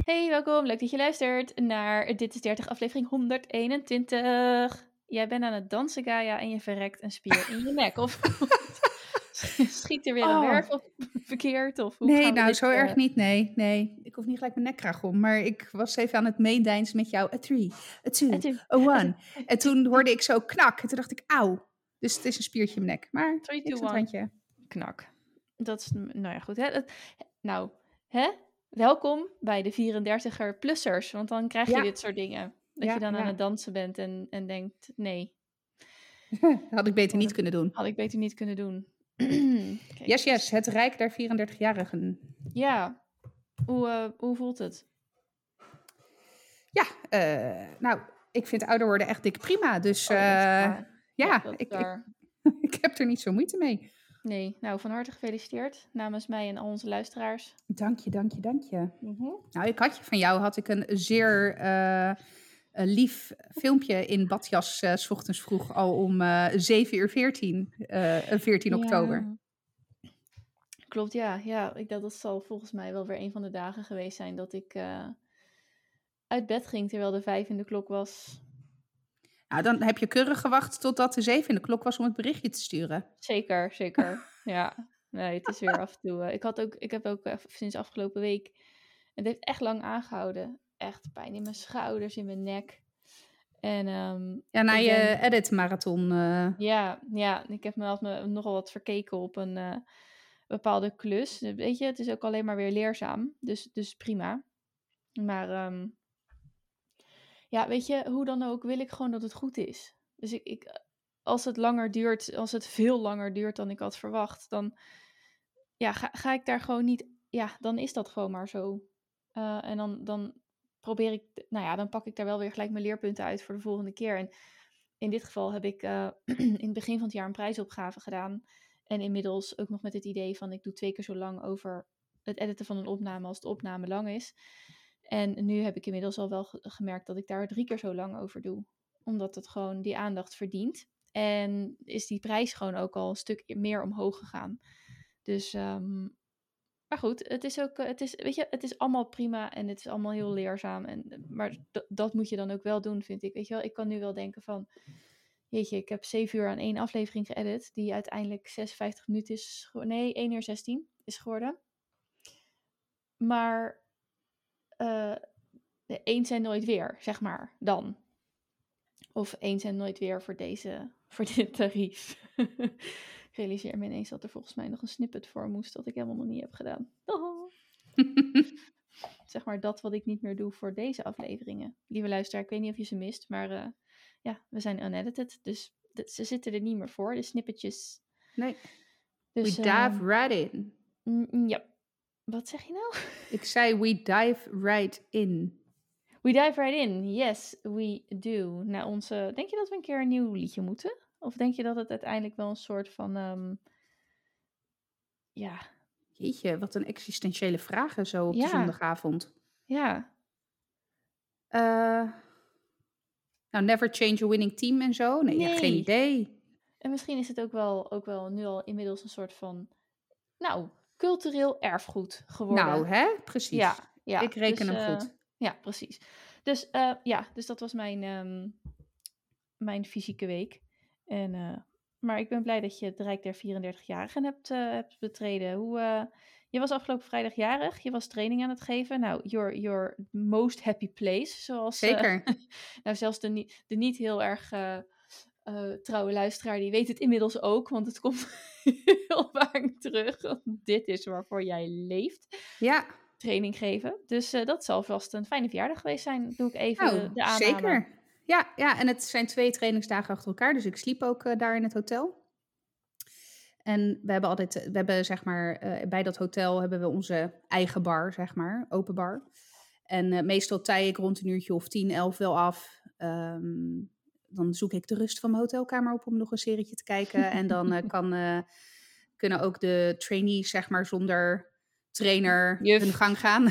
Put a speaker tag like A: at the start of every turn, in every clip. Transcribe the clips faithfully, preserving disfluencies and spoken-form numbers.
A: Hey, welkom. Leuk dat je luistert naar Dit is dertig, aflevering honderdeenentwintig. Jij bent aan het dansen, Gaia, en je verrekt een spier in je nek. Of schiet er weer een
B: Oh,
A: wervel verkeerd? Of hoe
B: nee,
A: gaan we
B: nou
A: dit...
B: zo
A: eh,
B: erg niet, nee, nee. Ik hoef niet gelijk mijn nekkraag om, maar ik was even aan het meedijnsen met jou. A three, a two,
A: Het is,
B: a
A: het
B: one.
A: is
B: En toen hoorde ik zo knak en toen dacht ik, auw. Dus het is een spiertje in mijn nek, maar
A: drie,
B: niks
A: twee,
B: aan het
A: één,
B: handje.
A: knak. Dat is, nou ja, goed. Hè? Dat- nou, hè? Welkom bij de vierendertiger-plussers, want dan krijg je
B: Ja,
A: dit soort dingen. Dat je
B: ja,
A: dan aan het
B: ja.
A: dansen bent en, en denkt, nee,
B: Dat had ik beter
A: oh,
B: niet
A: dat
B: kunnen doen.
A: had ik beter niet kunnen doen. Kijk
B: Yes,
A: eens.
B: yes, het rijk der vierendertigjarigen.
A: Ja, hoe, eh, hoe voelt het?
B: Ja, eh, nou, ik vind ouder worden echt dik prima. Dus
A: Oh, dat is
B: eh,
A: waar. Ja,
B: ja,
A: dat is
B: ik, ik,
A: waar.
B: ik heb er niet zo moeite mee.
A: Nee, nou, van harte gefeliciteerd namens mij en al onze luisteraars.
B: Dank je, dank je, dank je.
A: Mhm.
B: Nou, ik had je van jou had ik een zeer eh, een lief filmpje in badjas eh, 's ochtends vroeg al om eh zeven uur veertien, eh, veertien oktober.
A: Ja, klopt, ja. Ja, ik, dat, dat zal volgens mij wel weer een van de dagen geweest zijn dat ik eh, uit bed ging terwijl de vijf in de klok was.
B: Nou, dan heb je keurig gewacht totdat de zeven in de klok was om het berichtje te sturen.
A: Zeker, zeker. Ja, nee, het is weer af en toe. eh, ik, had ook, ik heb ook eh, sinds afgelopen week, het heeft echt lang aangehouden. Echt pijn in mijn schouders, in mijn nek. En ehm,
B: Ja, na
A: ik
B: je
A: ben
B: edit-marathon. eh,
A: Ja, ja, ik heb me, had me nogal wat verkeken op een eh, bepaalde klus. Weet je, het is ook alleen maar weer leerzaam. Dus, dus prima. Maar ehm, ja, weet je, hoe dan ook wil ik gewoon dat het goed is. Dus ik, ik, als het langer duurt, als het veel langer duurt dan ik had verwacht, dan ja, ga, ga ik daar gewoon niet. Ja, dan is dat gewoon maar zo. Eh, en dan, dan probeer ik, nou ja, dan pak ik daar wel weer gelijk mijn leerpunten uit voor de volgende keer. En in dit geval heb ik uh, in het begin van het jaar een prijsopgave gedaan. En inmiddels ook nog met het idee van ik doe twee keer zo lang over het editen van een opname als de opname lang is. En nu heb ik inmiddels al wel ge- gemerkt dat ik daar drie keer zo lang over doe. Omdat het gewoon die aandacht verdient. En is die prijs gewoon ook al een stuk meer omhoog gegaan. Dus, um, maar goed, het is ook, het is, weet je, het is allemaal prima en het is allemaal heel leerzaam. En, maar d- dat moet je dan ook wel doen, vind ik. Weet je wel, ik kan nu wel denken van, jeetje, ik heb zeven uur aan één aflevering geëdit, die uiteindelijk zesenvijftig minuten is, nee, één uur zestien is geworden. Maar uh, eens en nooit weer, zeg maar, dan. Of eens en nooit weer voor deze, voor dit tarief. Ik realiseer me ineens dat er volgens mij nog een snippet voor moest, dat ik helemaal nog niet heb gedaan. Oh. Zeg maar dat wat ik niet meer doe voor deze afleveringen. Lieve luisteraar, ik weet niet of je ze mist, maar uh, ja, we zijn unedited, dus de, ze zitten er niet meer voor, de snippetjes.
B: nee,
A: Dus,
B: we dive uh, right in.
A: Mm, ja, wat zeg je nou?
B: Ik zei we dive right in.
A: We dive right in, yes, we do. Nou, onze, denk je dat we een keer een nieuw liedje moeten? Of denk je dat het uiteindelijk wel een soort van, um, ja...
B: Jeetje, wat een existentiële vragen zo op
A: ja.
B: de zondagavond.
A: Ja.
B: Uh, nou, never change a winning team en zo? Nee, nee. Ja, geen idee.
A: En misschien is het ook wel, ook wel nu al inmiddels een soort van, nou, cultureel erfgoed geworden.
B: Nou, hè? Precies.
A: Ja, ja.
B: Ik reken
A: dus,
B: hem
A: uh,
B: goed.
A: Ja, precies. Dus uh, ja, dus dat was mijn, um, mijn fysieke week. En, uh, maar ik ben blij dat je het Rijk der vierendertigjarigen hebt, uh, hebt betreden. Hoe, uh, je was afgelopen vrijdag jarig, je was training aan het geven. Nou, your, your most happy place, zoals...
B: Zeker.
A: Uh, nou, zelfs de, de niet heel erg... Uh, Uh, trouwe luisteraar, die weet het inmiddels ook, want het komt heel vaak terug. Dit is waarvoor jij leeft.
B: Ja.
A: Training geven. Dus uh, dat zal vast een fijne verjaardag geweest zijn. Doe ik even
B: nou,
A: de, de aanname.
B: Zeker. Ja, ja, en het zijn twee trainingsdagen achter elkaar, dus ik sliep ook uh, daar in het hotel. En we hebben altijd, we hebben zeg maar, uh, bij dat hotel hebben we onze eigen bar, zeg maar, open bar. En uh, meestal tij ik rond een uurtje of tien, elf wel af. Um, dan zoek ik de rust van mijn hotelkamer op om nog een serietje te kijken. En dan uh, kan, uh, kunnen ook de trainees, zeg maar, zonder trainer Juf. hun gang gaan.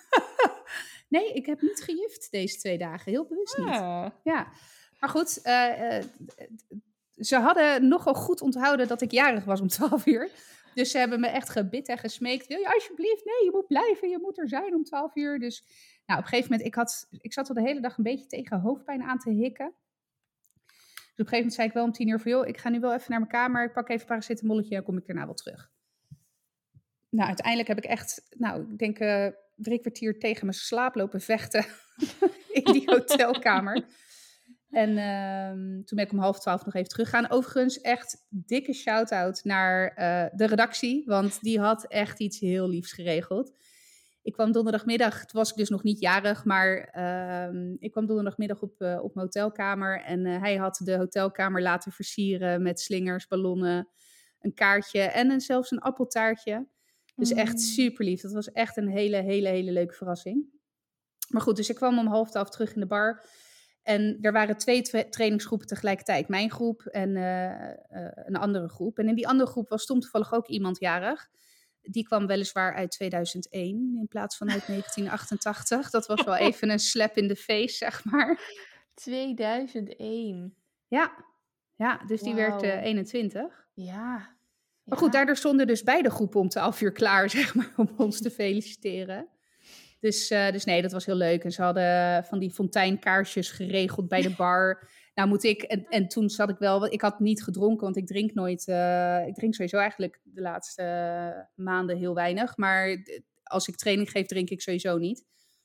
B: Nee, ik heb niet gejuft deze twee dagen. Heel bewust niet. Ah. Ja, maar goed. Uh, uh, ze hadden nogal goed onthouden dat ik jarig was om twaalf uur. Dus ze hebben me echt gebid en gesmeekt. Wil je alsjeblieft? Nee, je moet blijven. Je moet er zijn om twaalf uur. Dus Nou, op een gegeven moment, ik, had, ik zat al de hele dag een beetje tegen hoofdpijn aan te hikken. Dus op een gegeven moment zei ik wel om tien uur van, joh, ik ga nu wel even naar mijn kamer. Ik pak even een paracetamolletje en kom ik daarna wel terug. Nou, uiteindelijk heb ik echt, nou, ik denk uh, drie kwartier tegen mijn slaap lopen vechten in die hotelkamer. En uh, toen ben ik om half twaalf nog even teruggegaan. Overigens echt dikke shout-out naar uh, de redactie, want die had echt iets heel liefs geregeld. Ik kwam donderdagmiddag, toen was ik dus nog niet jarig, maar uh, ik kwam donderdagmiddag op, uh, op mijn hotelkamer. En uh, hij had de hotelkamer laten versieren met slingers, ballonnen, een kaartje en een, zelfs een appeltaartje. Dus echt super lief. Dat was echt een hele, hele, hele leuke verrassing. Maar goed, dus ik kwam om half twaalf terug in de bar. En er waren twee tra- trainingsgroepen tegelijkertijd. Mijn groep en uh, uh, een andere groep. En in die andere groep was stond toevallig ook iemand jarig. Die kwam weliswaar uit tweeduizend één in plaats van uit negentien achtentachtig. Dat was wel even een slap in de face, zeg maar.
A: tweeduizend één.
B: Ja, ja dus die
A: Wauw.
B: werd uh, eenentwintig.
A: Ja.
B: Maar goed, daardoor stonden dus beide groepen om twaalf uur klaar, zeg maar, om ons te feliciteren. Dus, uh, dus nee, dat was heel leuk. En ze hadden van die fonteinkaarsjes geregeld bij de bar. Nou moet ik, en, en toen zat ik wel, ik had niet gedronken, want ik drink nooit, uh, ik drink sowieso eigenlijk de laatste uh, maanden heel weinig. Maar als ik training geef, drink ik sowieso niet.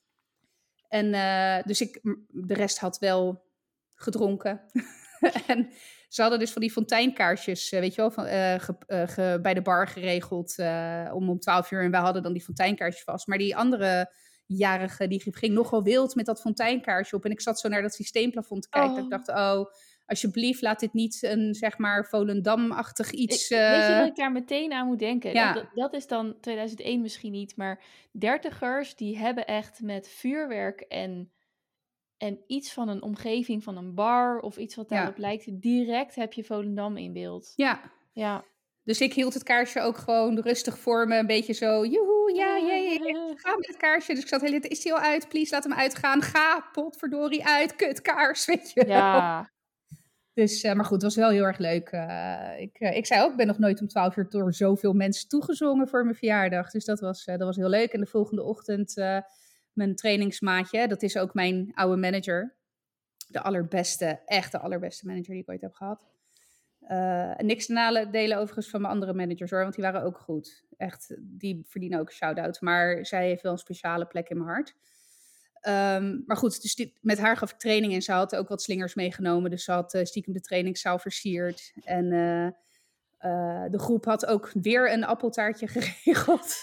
B: En uh, dus ik, de rest had wel gedronken. En ze hadden dus van die fonteinkaarsjes, weet je wel, van, uh, ge, uh, ge, bij de bar geregeld uh, om om twaalf uur. En wij hadden dan die fonteinkaarsjes vast. Maar die andere jarige, die ging nogal wild met dat fonteinkaarsje op. En ik zat zo naar dat systeemplafond te kijken. Oh. Dat ik dacht, oh, alsjeblieft, laat dit niet een, zeg maar, Volendam-achtig iets...
A: Uh... Weet je wat ik daar meteen aan moet denken?
B: Ja.
A: Dat, dat is dan tweeduizend één misschien niet, maar dertigers, die hebben echt met vuurwerk en... En iets van een omgeving van een bar of iets wat daarop ja. lijkt, direct heb je Volendam in beeld.
B: Ja.
A: Ja.
B: Dus ik hield het kaarsje ook gewoon rustig voor me. Een beetje zo, joehoe, ja, ja, ja, ja. Ga met het kaarsje. Dus ik zat heel hele is hij al uit? Please, laat hem uitgaan. Ga, potverdorie, uit. Kut, kaars, weet je wel.
A: Ja.
B: Dus, uh, maar goed, het was wel heel erg leuk. Uh, ik, uh, ik zei ook, ik ben nog nooit om twaalf uur door zoveel mensen toegezongen voor mijn verjaardag. Dus dat was, uh, dat was heel leuk. En de volgende ochtend... Uh, mijn trainingsmaatje, dat is ook mijn oude manager. De allerbeste, echt de allerbeste manager die ik ooit heb gehad. Uh, niks te nadelen overigens van mijn andere managers hoor, want die waren ook goed. Echt, die verdienen ook een shout-out. Maar zij heeft wel een speciale plek in mijn hart. Um, maar goed, dus die, met haar gaf ik training en ze had ook wat slingers meegenomen. Dus ze had uh, stiekem de trainingszaal versierd. En uh, uh, de groep had ook weer een appeltaartje geregeld.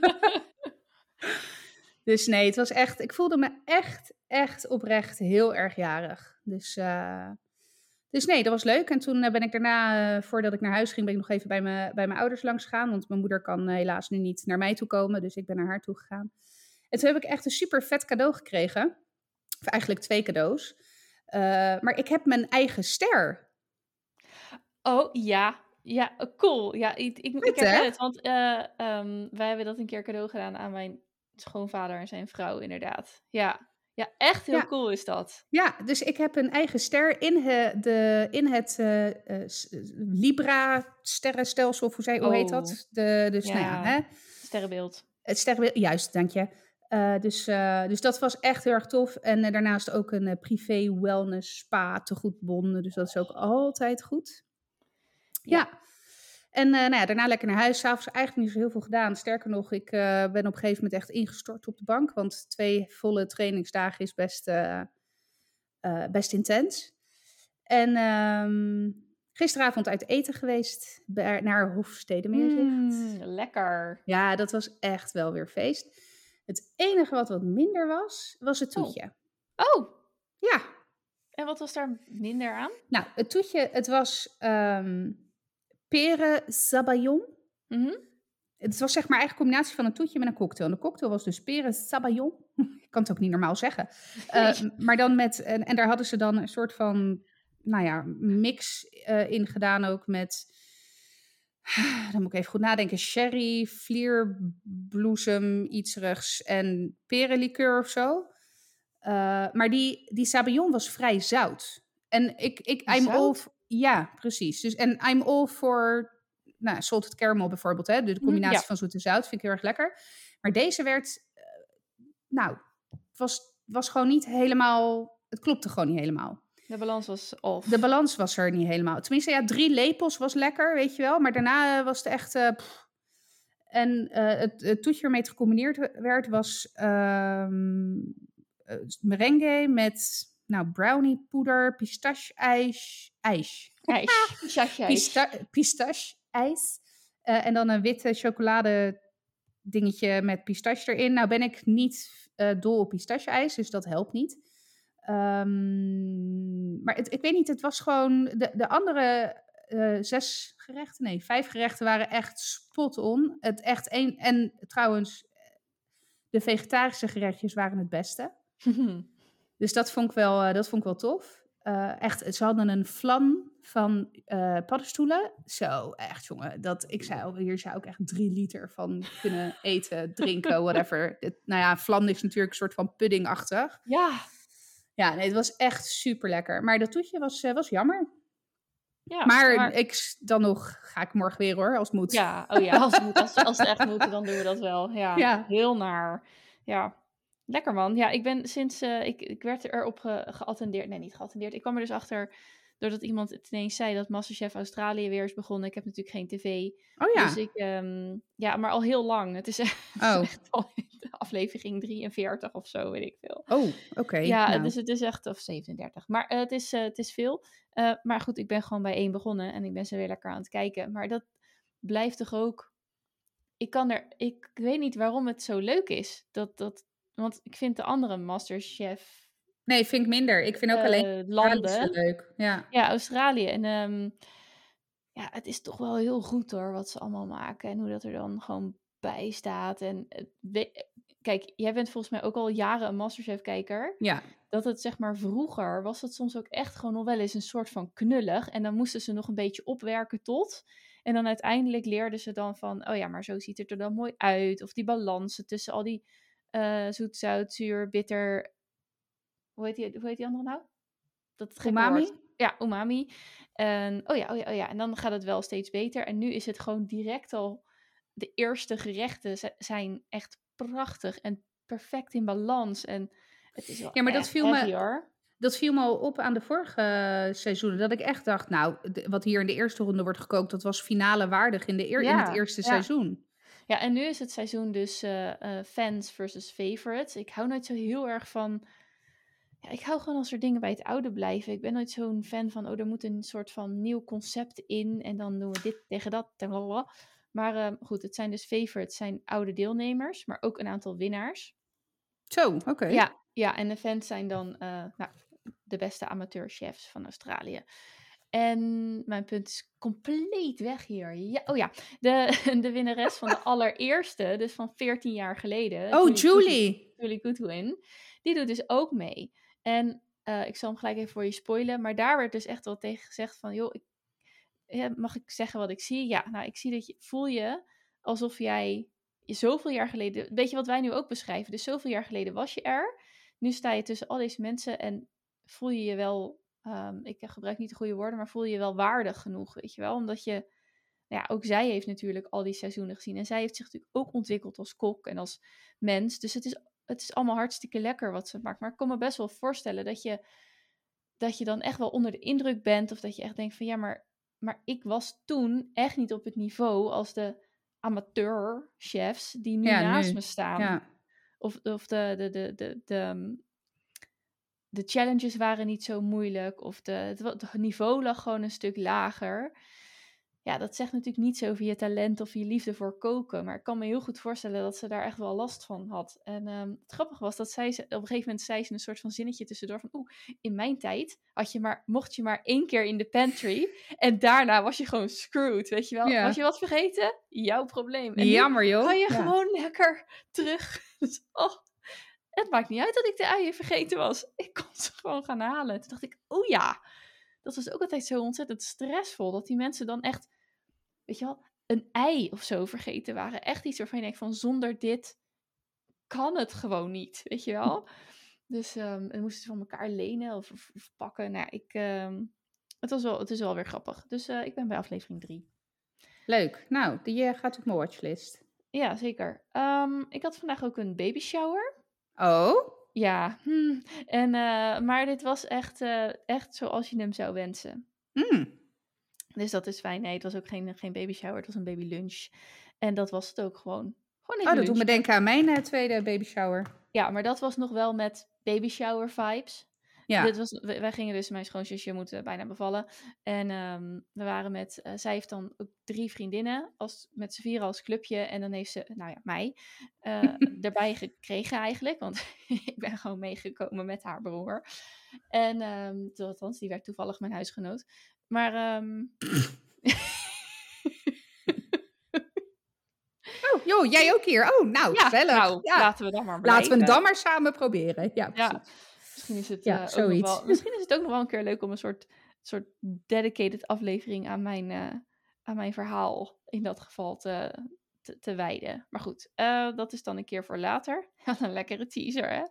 B: Dus nee, het was echt, ik voelde me echt, echt oprecht heel erg jarig. Dus, uh, dus nee, dat was leuk. En toen uh, ben ik daarna, uh, voordat ik naar huis ging, ben ik nog even bij, me, bij mijn ouders langs gegaan. Want mijn moeder kan uh, helaas nu niet naar mij toe komen. Dus ik ben naar haar toe gegaan. En toen heb ik echt een super vet cadeau gekregen. Of eigenlijk twee cadeaus. Uh, maar ik heb mijn eigen ster.
A: Oh, ja. Ja, cool. Ja, ik, ik,
B: Goed,
A: ik herken het. Want uh, um, wij hebben dat een keer cadeau gedaan aan mijn schoonvader en zijn vrouw, inderdaad. Ja, ja echt heel ja. cool is dat.
B: Ja, dus ik heb een eigen ster in, he, de, in het uh, uh, Libra-sterrenstelsel, of hoe, zei, oh. hoe heet dat? De, dus,
A: ja,
B: nou ja, hè?
A: Sterrenbeeld.
B: Het sterrenbeeld, juist, dank je. Uh, dus, uh, dus dat was echt heel erg tof. En uh, daarnaast ook een uh, privé wellness spa tegoedbon. Dus dat is ook altijd goed. Ja. ja. En uh, nou ja, daarna lekker naar huis. 's Avonds eigenlijk niet zo heel veel gedaan. Sterker nog, ik uh, ben op een gegeven moment echt ingestort op de bank. Want twee volle trainingsdagen is best, uh, uh, best intens. En um, gisteravond uit eten geweest bij, naar Hofstedemeerzicht.
A: Mm, lekker.
B: Ja, dat was echt wel weer feest. Het enige wat wat minder was, was het toetje.
A: Oh. oh.
B: Ja.
A: En wat was daar minder aan?
B: Nou, het toetje, het was... Um, peren sabayon.
A: Mm-hmm.
B: Het was zeg maar eigenlijk een combinatie van een toetje met een cocktail. En de cocktail was dus peren sabayon. Ik kan het ook niet normaal zeggen. Uh, maar dan met... En, en daar hadden ze dan een soort van... Nou ja, mix uh, in gedaan ook met... Dan moet ik even goed nadenken. Sherry, vlierbloesem, ietserigs en perenlikeur of zo. Uh, maar die, die sabayon was vrij zout. En ik... ik I'm all... Ja, precies. Dus, en I'm all for nou, salted caramel bijvoorbeeld. Hè? De combinatie ja. van zoet en zout vind ik heel erg lekker. Maar deze werd, uh, nou, was, was gewoon niet helemaal... Het klopte gewoon niet helemaal.
A: De balans was off.
B: De balans was er niet helemaal. Tenminste, ja, drie lepels was lekker, weet je wel. Maar daarna uh, was het echt... Uh, en uh, het, het toetje waarmee het gecombineerd werd was um, uh, merengue met nou, brownie poeder, pistache ijs. ijs.
A: IJs. Pistache ijs.
B: Pista- pistache ijs. Uh, en dan een witte chocolade dingetje met pistache erin. Nou ben ik niet uh, dol op pistache ijs, dus dat helpt niet. Um, maar het, ik weet niet, het was gewoon... De, de andere uh, zes gerechten, nee, vijf gerechten waren echt spot on. Het echt één, en trouwens, de vegetarische gerechtjes waren het beste. Dus dat vond ik wel, uh, dat vond ik wel tof. Uh, echt, ze hadden een flan van uh, paddenstoelen. Zo, echt jongen. Dat, ik zei al, hier zou ik echt drie liter van kunnen eten, drinken, whatever. Het, nou ja, flan is natuurlijk een soort van puddingachtig.
A: Ja.
B: Ja, nee, het was echt super lekker. Maar dat toetje was, uh, was jammer.
A: Ja,
B: maar,
A: maar
B: ik, dan nog ga ik morgen weer hoor, als het moet.
A: Ja, oh ja, als het, moet, als, als het echt moet, dan doen we dat wel. Ja,
B: Ja.
A: Heel naar. Ja, lekker man. Ja, ik ben sinds, uh, ik, ik werd erop ge, geattendeerd. Nee, niet geattendeerd. Ik kwam er dus achter, doordat iemand het ineens zei dat MasterChef Australië weer is begonnen. Ik heb natuurlijk geen tv.
B: Oh ja.
A: Dus ik, um, ja, maar al heel lang. Het is echt,
B: oh.
A: het is echt al aflevering drieënveertig of zo, weet ik veel.
B: Oh, oké. Okay,
A: ja,
B: nou.
A: dus het is echt, of zevenendertig. Maar uh, het, is, uh, het is veel. Uh, maar goed, ik ben gewoon bij één begonnen en ik ben ze weer lekker aan het kijken. Maar dat blijft toch ook... Ik kan er... Ik weet niet waarom het zo leuk is. Dat, dat, want ik vind de andere MasterChef...
B: Nee, vind ik minder. Ik vind ook
A: uh,
B: alleen
A: landen
B: zo leuk. Ja,
A: ja Australië. En um, ja, het is toch wel heel goed hoor, wat ze allemaal maken. En hoe dat er dan gewoon bij staat. En we, kijk, jij bent volgens mij ook al jaren een MasterChef-kijker.
B: Ja.
A: Dat het zeg maar vroeger was het soms ook echt gewoon nog wel eens een soort van knullig. En dan moesten ze nog een beetje opwerken tot. En dan uiteindelijk leerden ze dan van, oh ja, maar zo ziet het er dan mooi uit. Of die balansen tussen al die uh, zoet, zout, zuur, bitter. Hoe heet die, hoe heet die andere nou? Dat het
B: umami?
A: Woord. Ja, umami. En, oh ja, oh ja, oh ja. En dan gaat het wel steeds beter. En nu is het gewoon direct al, de eerste gerechten z- zijn echt prachtig en perfect in balans. En het is wel
B: ja, maar
A: echt
B: dat viel
A: heavy,
B: me,
A: hoor.
B: Dat viel me al op aan de vorige seizoenen. Dat ik echt dacht, nou, de, wat hier in de eerste ronde wordt gekookt, dat was finale waardig in, de eer,
A: Ja,
B: in het eerste
A: ja.
B: seizoen.
A: Ja, en nu is het seizoen dus uh, uh, fans versus favorites. Ik hou nooit zo heel erg van... Ja, ik hou gewoon als er dingen bij het oude blijven. Ik ben nooit zo'n fan van, oh, er moet een soort van nieuw concept in. En dan doen we dit tegen dat. Blablabla. Maar uh, goed, het zijn dus favorites, zijn oude deelnemers. Maar ook een aantal winnaars.
B: Zo, oké. Okay.
A: Ja, ja, en de fans zijn dan uh, nou, de beste amateurchefs van Australië. En mijn punt is compleet weg hier. Ja, oh ja, de, de winnares van de allereerste, dus van veertien jaar geleden.
B: Oh, Julie.
A: Julie Goodwin. Die doet dus ook mee. En uh, ik zal hem gelijk even voor je spoilen. Maar daar werd dus echt wel tegen gezegd van... joh, ik, ja, mag ik zeggen wat ik zie? Ja, nou, ik zie dat je... Voel je alsof jij zoveel jaar geleden... Weet je wat wij nu ook beschrijven? Dus zoveel jaar geleden was je er. Nu sta je tussen al deze mensen en voel je je wel... Um, ik gebruik niet de goede woorden, maar voel je je wel waardig genoeg, weet je wel? Omdat je... Nou ja, ook zij heeft natuurlijk al die seizoenen gezien. En zij heeft zich natuurlijk ook ontwikkeld als kok en als mens. Dus het is... Het is allemaal hartstikke lekker wat ze maakt. Maar ik kan me best wel voorstellen dat je, dat je dan echt wel onder de indruk bent. Of dat je echt denkt van ja, maar, maar ik was toen echt niet op het niveau als de amateurchefs die nu
B: ja,
A: naast
B: nu.
A: me staan.
B: Ja.
A: Of, of de, de, de, de, de, de challenges waren niet zo moeilijk. Of de, het, het niveau lag gewoon een stuk lager. Ja, dat zegt natuurlijk niets over je talent of je liefde voor koken. Maar ik kan me heel goed voorstellen dat ze daar echt wel last van had. En um, het grappige was dat zij op een gegeven moment zei ze een soort van zinnetje tussendoor van... Oeh, in mijn tijd had je maar, mocht je maar één keer in de pantry. En daarna was je gewoon screwed, weet je wel. Ja. Was je wat vergeten? Jouw probleem. En
B: jammer joh.
A: Kan je
B: ja.
A: gewoon lekker terug. oh, het maakt niet uit dat ik de uien vergeten was. Ik kon ze gewoon gaan halen. Toen dacht ik, oh ja... Dat was ook altijd zo ontzettend stressvol. Dat die mensen dan echt, weet je wel, een ei of zo vergeten waren. Echt iets waarvan je denkt van zonder dit kan het gewoon niet. Weet je wel? Dus um, dan moesten ze van elkaar lenen of, of, of pakken. Nou, ik, um, het, was wel, het is wel weer grappig. Dus uh, ik ben bij aflevering drie.
B: Leuk. Nou, die uh, gaat op mijn watchlist.
A: Ja, zeker. Um, ik had vandaag ook een baby shower.
B: Oh?
A: Ja, hm, en, eh, maar dit was echt, eh, echt zoals je hem zou wensen.
B: Mm.
A: Dus dat is fijn. Nee, het was ook geen, geen baby shower, het was een baby lunch. En dat was het ook gewoon. Gewoon
B: Oh,
A: even
B: dat doet me
A: lunchen.
B: denken aan mijn uh, tweede baby shower.
A: Ja, maar dat was nog wel met baby shower vibes. Dit
B: Ja.
A: was, wij, wij gingen dus, mijn schoonzusje moet uh, bijna bevallen. En um, we waren met, uh, zij heeft dan ook drie vriendinnen, als, met z'n vieren als clubje. En dan heeft ze, nou ja, mij, uh, erbij gekregen eigenlijk. Want ik ben gewoon meegekomen met haar broer. En, um, althans, die werd toevallig mijn huisgenoot. Maar, um...
B: Oh, joh, jij ook hier. Oh, nou,
A: ja,
B: gezellig.
A: nou,
B: Ja.
A: laten we dan maar
B: Laten we
A: blijven.
B: het dan maar samen proberen. Ja, precies.
A: Ja, misschien is het,
B: ja,
A: uh, ook
B: zoiets.
A: nog wel, misschien is het ook nog wel een keer leuk om een soort, soort dedicated aflevering aan mijn, uh, aan mijn verhaal in dat geval te, te, te wijden. Maar goed, uh, dat is dan een keer voor later. Ja, een lekkere teaser, hè?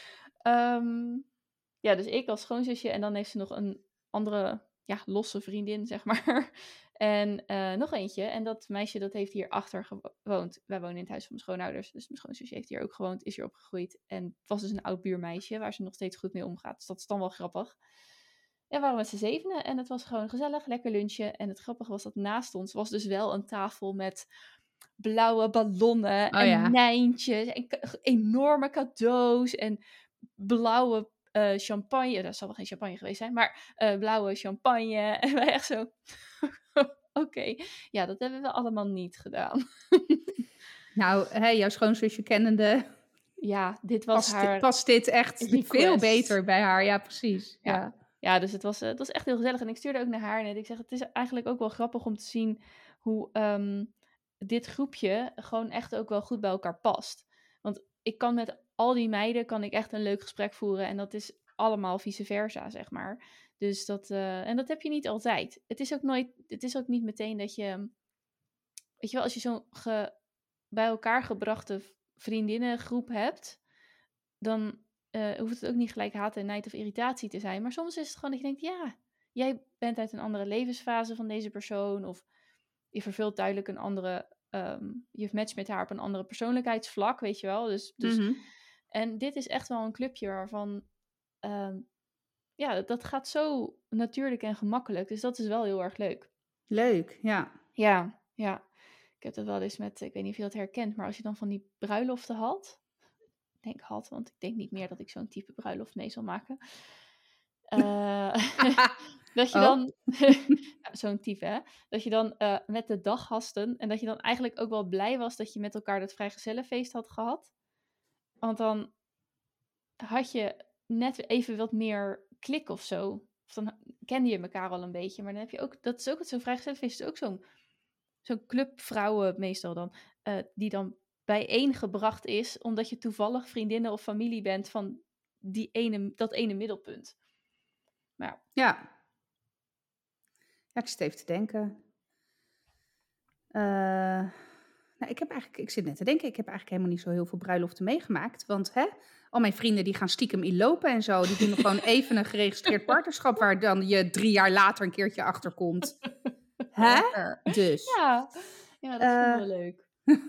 A: Um, ja, dus ik als schoonzusje en dan heeft ze nog een andere, ja, losse vriendin, zeg maar. En uh, nog eentje. En dat meisje, dat heeft hier achter gewoond. Wij wonen in het huis van mijn schoonouders. Dus mijn schoonzusje heeft hier ook gewoond, is hier opgegroeid. En het was dus een oud buurmeisje, waar ze nog steeds goed mee omgaat. Dus dat is dan wel grappig. En we waren met z'n zevenen en het was gewoon gezellig, lekker lunchen. En het grappige was dat naast ons was dus wel een tafel met blauwe ballonnen
B: Oh,
A: en
B: ja.
A: nijntjes. En k- enorme cadeaus en blauwe uh, champagne. Dat zal wel geen champagne geweest zijn, maar uh, blauwe champagne. En wij echt zo... Oké, okay. Ja, dat hebben we allemaal niet gedaan.
B: Nou, hey, jouw schoonzusje kennende...
A: Ja, dit was
B: past
A: haar
B: dit, past dit echt request. Veel beter bij haar. Ja, precies. Ja,
A: ja. ja dus het was, uh, het was echt heel gezellig. En ik stuurde ook naar haar en ik zeg, het is eigenlijk ook wel grappig om te zien hoe um, dit groepje gewoon echt ook wel goed bij elkaar past. Want ik kan met al die meiden kan ik echt een leuk gesprek voeren en dat is allemaal vice versa, zeg maar. Dus dat, uh, en dat heb je niet altijd. Het is ook nooit, het is ook niet meteen dat je, weet je wel, als je zo'n ge, bij elkaar gebrachte vriendinnengroep hebt, dan uh, hoeft het ook niet gelijk haat en nijd of irritatie te zijn. Maar soms is het gewoon dat je denkt, ja, jij bent uit een andere levensfase van deze persoon, of je vervult duidelijk een andere, um, je matcht met haar op een andere persoonlijkheidsvlak, weet je wel. Dus, dus,
B: mm-hmm.
A: En dit is echt wel een clubje waarvan, um, ja, dat gaat zo natuurlijk en gemakkelijk. Dus dat is wel heel erg leuk.
B: Leuk, ja.
A: Ja, ja. Ik heb dat wel eens met, ik weet niet of je dat herkent, maar als je dan van die bruiloften had, ik denk had, want ik denk niet meer dat ik zo'n type bruiloft mee zal maken. Uh, dat je dan, ja, zo'n type hè, dat je dan uh, met de daggasten en dat je dan eigenlijk ook wel blij was dat je met elkaar dat vrijgezellenfeest had gehad. Want dan had je net even wat meer klik of zo. Of dan kende je elkaar al een beetje, maar dan heb je ook, dat is ook het zo'n vrijgezellenfeest, is ook zo'n zo'n club vrouwen meestal dan, uh, die dan bijeengebracht is, omdat je toevallig vriendinnen of familie bent van die ene, dat ene middelpunt. Maar
B: ja. Ja, ik zit even te denken. Uh, nou, ik heb eigenlijk, ik zit net te denken, ik heb eigenlijk helemaal niet zo heel veel bruiloften meegemaakt. Want hè, al mijn vrienden die gaan stiekem inlopen en zo, die doen gewoon even een geregistreerd partnerschap waar dan je drie jaar later een keertje achter komt. Hè? Dus.
A: Ja, ja dat uh, vond ik wel leuk.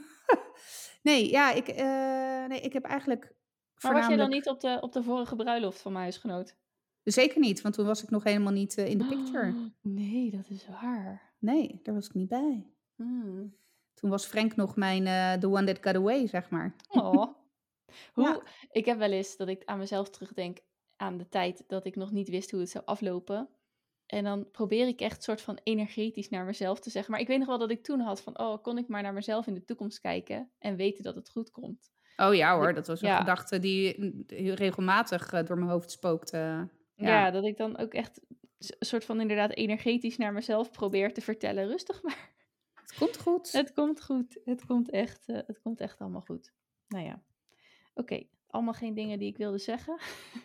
B: nee, ja, ik, uh, nee, ik heb eigenlijk
A: Maar
B: voornamelijk...
A: was jij dan niet op de, op de vorige bruiloft van mijn huisgenoot?
B: Zeker niet, want toen was ik nog helemaal niet uh, in de picture.
A: Oh, nee, dat is waar.
B: Nee, daar was ik niet bij.
A: Hmm.
B: Toen was Frank nog mijn uh, the one that got away, zeg maar.
A: Oh. Hoe,
B: ja.
A: Ik heb wel eens dat ik aan mezelf terugdenk aan de tijd dat ik nog niet wist hoe het zou aflopen. En dan probeer ik echt soort van energetisch naar mezelf te zeggen. Maar ik weet nog wel dat ik toen had van, oh, kon ik maar naar mezelf in de toekomst kijken en weten dat het goed komt.
B: Oh ja hoor, dat was een
A: ja.
B: gedachte die regelmatig uh, door mijn hoofd spookte. Uh,
A: ja. ja, dat ik dan ook echt een soort van inderdaad energetisch naar mezelf probeer te vertellen. Rustig maar.
B: Het komt goed.
A: Het komt goed. Het komt echt, uh, het komt echt allemaal goed. Nou ja, oké. Okay. Allemaal geen dingen die ik wilde zeggen.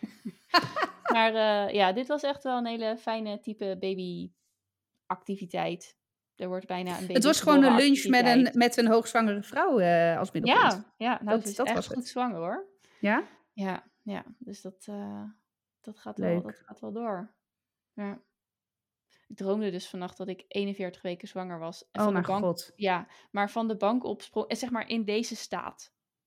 A: Maar uh, ja, dit was echt wel een hele fijne type babyactiviteit. Er wordt bijna een baby.
B: Het was gewoon een lunch met een, met een hoogzwangere vrouw uh, als middelpunt.
A: Ja, ja nou, dat, ze is dat echt was goed het. Zwanger hoor.
B: Ja?
A: Ja, ja. Dus dat, uh, dat, gaat wel, dat gaat wel door. Ja. Ik droomde dus vannacht dat ik eenenveertig weken zwanger was. En
B: oh
A: van
B: mijn
A: de bank,
B: god.
A: Ja, maar van de bank opsprong. En zeg maar in deze staat.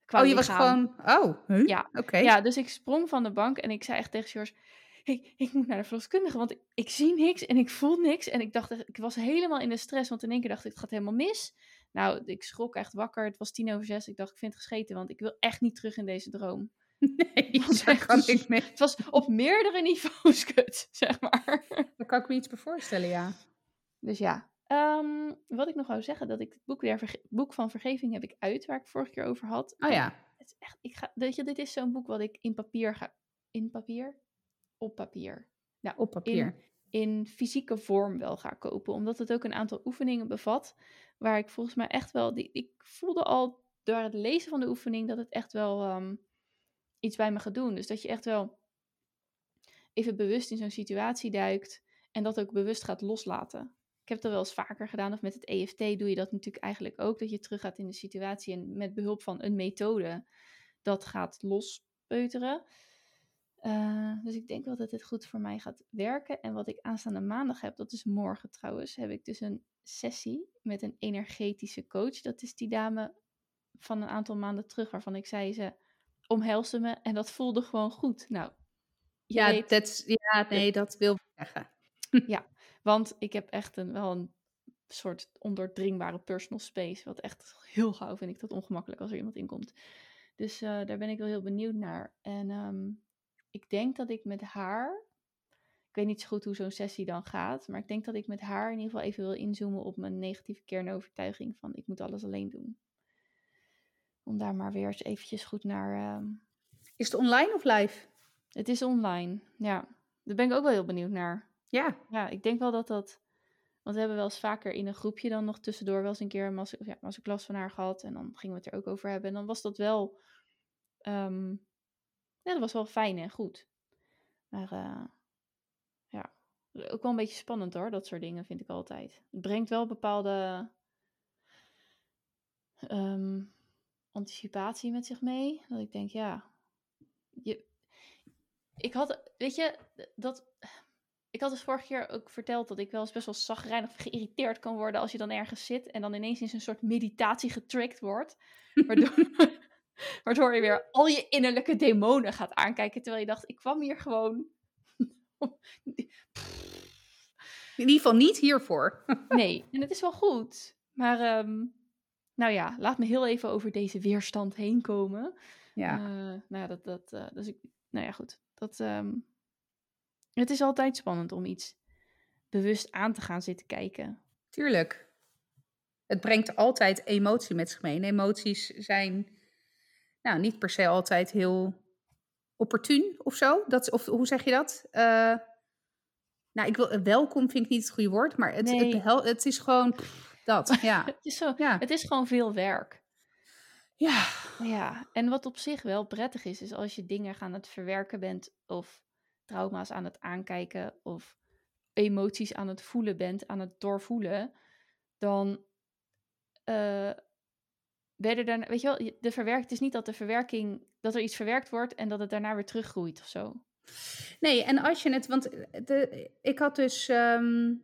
A: qua
B: Oh, je was
A: lichaam.
B: gewoon... Oh, huh?
A: Ja.
B: Oké.
A: Ja, dus ik sprong van de bank en ik zei echt tegen George: "Ik ik moet naar de verloskundige, want ik ik zie niks en ik voel niks." En ik dacht echt ik was helemaal in de stress, want in één keer dacht ik: "Het gaat helemaal mis." Nou, ik schrok echt wakker. Het was tien over zes. Ik dacht: "Ik vind het gescheten, want ik wil echt niet terug in deze droom." Het
B: Nee,
A: was
B: daar
A: echt
B: kan
A: s
B: ik me
A: het was op meerdere niveaus kut, zeg maar.
B: daar kan ik me iets bij voorstellen, ja.
A: Dus ja. Ehm, wat ik nog wou zeggen, dat ik het boek, der verge boek van vergeving heb ik uit, waar ik vorige keer over had.
B: Oh
A: En
B: ja,
A: het is echt, ik ga, weet je, dit is zo'n boek wat ik in papier ga, in papier? Op papier. Nou,
B: op
A: in,
B: papier.
A: in fysieke vorm wel ga kopen, omdat het ook een aantal oefeningen bevat, waar ik volgens mij echt wel, die, ik voelde al door het lezen van de oefening dat het echt wel ehm, iets bij me gaat doen. Dus dat je echt wel even bewust in zo'n situatie duikt en dat ook bewust gaat loslaten. Ik heb dat wel eens vaker gedaan, of met het E F T doe je dat natuurlijk eigenlijk ook, dat je teruggaat in de situatie en met behulp van een methode dat gaat lospeuteren. Uh, dus ik denk wel dat dit goed voor mij gaat werken. En wat ik aanstaande maandag heb, dat is morgen trouwens, heb ik dus een sessie met een energetische coach. Dat is die dame van een aantal maanden terug, waarvan ik zei, ze omhelsde me en dat voelde gewoon goed. Nou, je
B: Ja,
A: weet,
B: dat ja, nee, dat wil ik zeggen.
A: ja, want ik heb echt een, wel een soort ondoordringbare personal space. Wat echt heel gauw vind ik dat ongemakkelijk als er iemand inkomt. Dus uh, daar ben ik wel heel benieuwd naar. En um, ik denk dat ik met haar... Ik weet niet zo goed hoe zo'n sessie dan gaat. Maar ik denk dat ik met haar in ieder geval even wil inzoomen op mijn negatieve kernovertuiging. Van ik moet alles alleen doen. Om daar maar weer eens eventjes goed naar... Um...
B: Is het online of live?
A: Het is online, ja. Daar ben ik ook wel heel benieuwd naar.
B: Ja.
A: Ja, ik denk wel dat dat... Want we hebben wel eens vaker in een groepje dan nog tussendoor wel eens een keer een master, ja, masterclass van haar gehad. En dan gingen we het er ook over hebben. En dan was dat wel... Um, ja, dat was wel fijn en goed. Maar uh, ja, ook wel een beetje spannend hoor. Dat soort dingen vind ik altijd. Het brengt wel bepaalde um, anticipatie met zich mee. Dat ik denk, ja... Je, ik had, weet je, dat... Ik had dus vorige keer ook verteld dat ik wel eens best wel chagrijnig of geïrriteerd kan worden als je dan ergens zit en dan ineens in zo'n soort meditatie getriggerd wordt. Waardoor, waardoor je weer al je innerlijke demonen gaat aankijken. Terwijl je dacht, ik kwam hier gewoon...
B: In ieder geval niet hiervoor.
A: Nee, en het is wel goed. Maar um, nou ja, laat me heel even over deze weerstand heen komen.
B: Ja.
A: Uh, nou ja, dat... dat uh, dus ik, nou ja, goed. Dat... Um, het is altijd spannend om iets bewust aan te gaan zitten kijken.
B: Tuurlijk. Het brengt altijd emotie met zich mee. En emoties zijn nou, niet per se altijd heel opportun of zo. Dat, of hoe zeg je dat? Uh, nou, ik wil, welkom vind ik niet het goede woord. Maar het,
A: nee.
B: het, het, het is gewoon pff, dat, ja.
A: het, is zo,
B: ja.
A: het is gewoon veel werk.
B: Ja.
A: Ja, en wat op zich wel prettig is, is als je dingen aan het verwerken bent of trauma's aan het aankijken of emoties aan het voelen bent, aan het doorvoelen, dan uh, ben je daarna, weet je wel, de verwerk, het is niet dat de verwerking, dat er iets verwerkt wordt en dat het daarna weer teruggroeit of zo.
B: Nee, en als je het, want de, ik had dus um,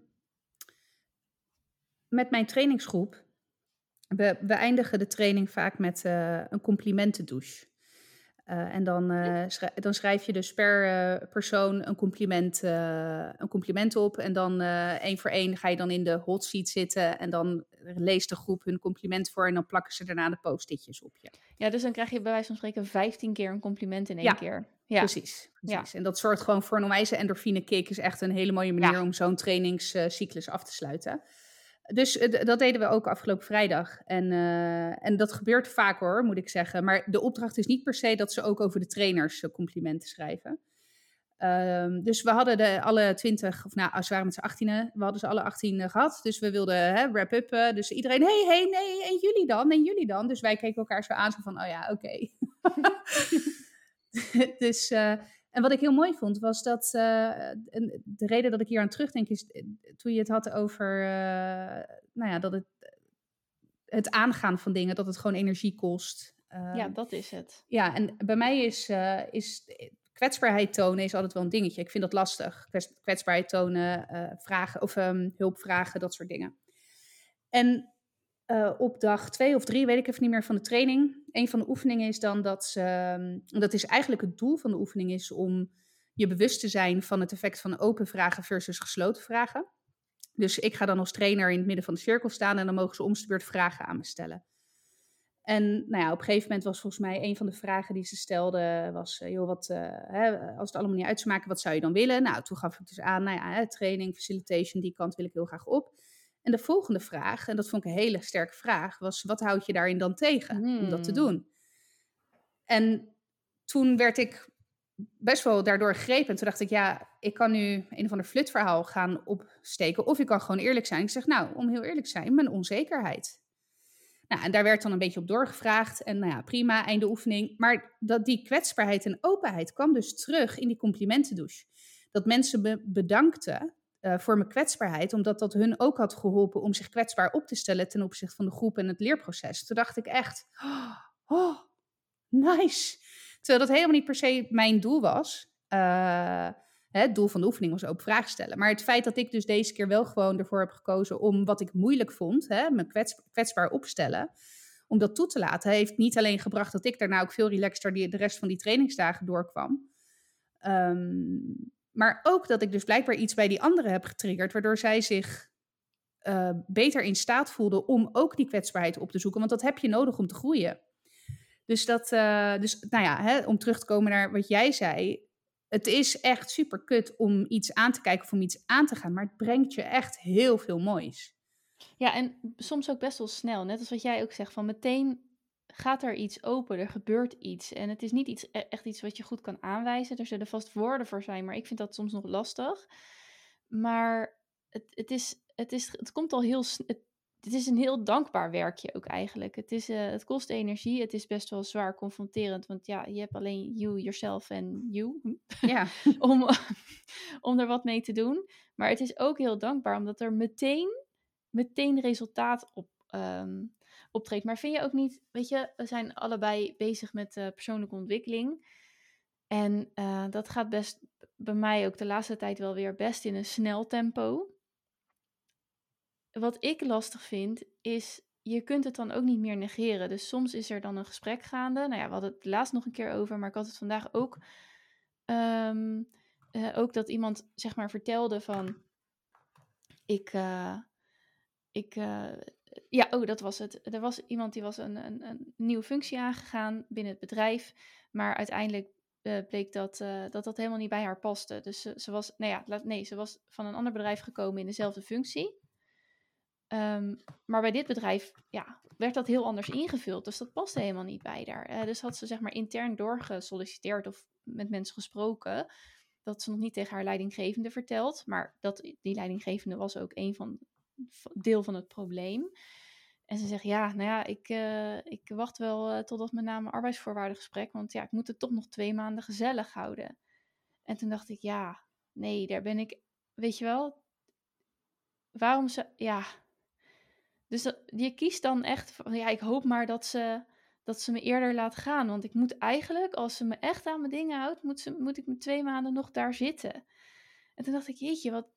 B: met mijn trainingsgroep, we, we eindigen de training vaak met uh, een complimentendouche. Uh, en dan, uh, schrijf, dan schrijf je dus per uh, persoon een compliment, uh, een compliment op. En dan uh, één voor één ga je dan in de hot seat zitten. En dan leest de groep hun compliment voor. En dan plakken ze daarna de post-itjes op je.
A: Ja, dus dan krijg je bij wijze van spreken vijftien keer een compliment in één
B: ja,
A: keer. Ja,
B: precies. precies.
A: Ja.
B: En dat zorgt gewoon voor een onwijze endorfine kick. Is echt een hele mooie manier
A: ja.
B: om zo'n trainingscyclus af te sluiten. Dus uh, dat deden we ook afgelopen vrijdag. En, uh, en dat gebeurt vaak hoor, moet ik zeggen. Maar de opdracht is niet per se dat ze ook over de trainers uh, complimenten schrijven. Um, dus we hadden de, alle twintig, of nou, ze waren met z'n achttienen, we hadden ze alle achttien uh, gehad. Dus we wilden hè, wrap-up. Uh, dus iedereen, hey, hey, nee, en jullie dan, en jullie dan. Dus wij keken elkaar zo aan, zo van, oh ja, oké. Okay. dus... Uh, En wat ik heel mooi vond, was dat... Uh, de reden dat ik hier aan terugdenk is... toen je het had over... Uh, nou ja, dat het... het aangaan van dingen, dat het gewoon energie kost.
A: Uh, ja, dat is het.
B: Ja, en bij mij is... Uh, is kwetsbaarheid tonen is altijd wel een dingetje. Ik vind dat lastig. Kwetsbaarheid tonen, uh, vragen... of um, hulp vragen, dat soort dingen. En... uh, op dag twee of drie, weet ik even niet meer, van de training. Een van de oefeningen is dan dat ze... Um, dat is eigenlijk het doel van de oefening is om je bewust te zijn van het effect van open vragen versus gesloten vragen. Dus ik ga dan als trainer in het midden van de cirkel staan en dan mogen ze om de beurt vragen aan me stellen. En nou ja, op een gegeven moment was volgens mij een van de vragen die ze stelde, was, uh, joh, wat, uh, hè, als het allemaal niet uit zou maken, wat zou je dan willen? Nou, toen gaf ik dus aan, nou ja, hè, training, facilitation, die kant wil ik heel graag op. En de volgende vraag, en dat vond ik een hele sterke vraag, was, wat houd je daarin dan tegen om dat te
A: Hmm.
B: doen? En toen werd ik best wel daardoor gegrepen. En toen dacht ik, ja, ik kan nu een of ander flutverhaal gaan opsteken, of ik kan gewoon eerlijk zijn. Ik zeg, nou, om heel eerlijk te zijn, mijn onzekerheid. Nou, en daar werd dan een beetje op doorgevraagd. En nou ja, prima, einde oefening. Maar dat die kwetsbaarheid en openheid kwam dus terug in die complimentendouche. Dat mensen me bedankten uh, voor mijn kwetsbaarheid, omdat dat hun ook had geholpen om zich kwetsbaar op te stellen ten opzichte van de groep en het leerproces. Toen dacht ik echt, oh, oh nice. Terwijl dat helemaal niet per se mijn doel was. Uh, Het doel van de oefening was open vragen stellen. Maar het feit dat ik dus deze keer wel gewoon ervoor heb gekozen om wat ik moeilijk vond, hè, me kwets, kwetsbaar opstellen, om dat toe te laten, heeft niet alleen gebracht dat ik daarna ook veel relaxter die, de rest van die trainingsdagen doorkwam. Um, maar ook dat ik dus blijkbaar iets bij die anderen heb getriggerd, waardoor zij zich uh, beter in staat voelden om ook die kwetsbaarheid op te zoeken. Want dat heb je nodig om te groeien. Dus, dat, uh, dus nou ja, hè, om terug te komen naar wat jij zei, het is echt super kut om iets aan te kijken of om iets aan te gaan, maar het brengt je echt heel veel moois.
A: Ja, en soms ook best wel snel. Net als wat jij ook zegt, van meteen gaat er iets open, er gebeurt iets. En het is niet iets, echt iets wat je goed kan aanwijzen. Er zullen vast woorden voor zijn, maar ik vind dat soms nog lastig. Maar het, het, is, het, is, het komt al heel... Het, het is een heel dankbaar werkje ook eigenlijk. Het, is, uh, het kost energie, het is best wel zwaar confronterend. Want ja, je hebt alleen you, yourself en you.
B: Ja.
A: om, om er wat mee te doen. Maar het is ook heel dankbaar, omdat er meteen... meteen resultaat op, um, optreedt. Maar vind je ook niet, weet je, we zijn allebei bezig met uh, persoonlijke ontwikkeling. En uh, dat gaat best bij mij ook de laatste tijd wel weer best in een snel tempo. Wat ik lastig vind, is je kunt het dan ook niet meer negeren. Dus soms is er dan een gesprek gaande. Nou ja, we hadden het laatst nog een keer over, maar ik had het vandaag ook. Um, uh, ook dat iemand zeg maar vertelde van, ik... Uh, Ik, uh, ja, oh, dat was het. Er was iemand die was een, een, een nieuwe functie aangegaan binnen het bedrijf. Maar uiteindelijk uh, bleek dat, uh, dat dat helemaal niet bij haar paste. Dus ze, ze was, nou ja, nee, ze was van een ander bedrijf gekomen in dezelfde functie. Um, maar bij dit bedrijf, ja, werd dat heel anders ingevuld. Dus dat paste helemaal niet bij haar. Uh, dus had ze zeg maar intern doorgesolliciteerd of met mensen gesproken. Dat ze nog niet tegen haar leidinggevende verteld. Maar dat, die leidinggevende was ook een van... deel van het probleem. En ze zegt, ja, nou ja, ik, uh, ik wacht wel uh, totdat mijn na mijn arbeidsvoorwaardengesprek, want ja, ik moet het toch nog twee maanden gezellig houden. En toen dacht ik, ja, nee, daar ben ik, weet je wel, waarom ze, ja. Dus dat, je kiest dan echt, van, ja, ik hoop maar dat ze, dat ze me eerder laat gaan, want ik moet eigenlijk, als ze me echt aan mijn dingen houdt, moet, ze, moet ik me twee maanden nog daar zitten. En toen dacht ik, jeetje, wat,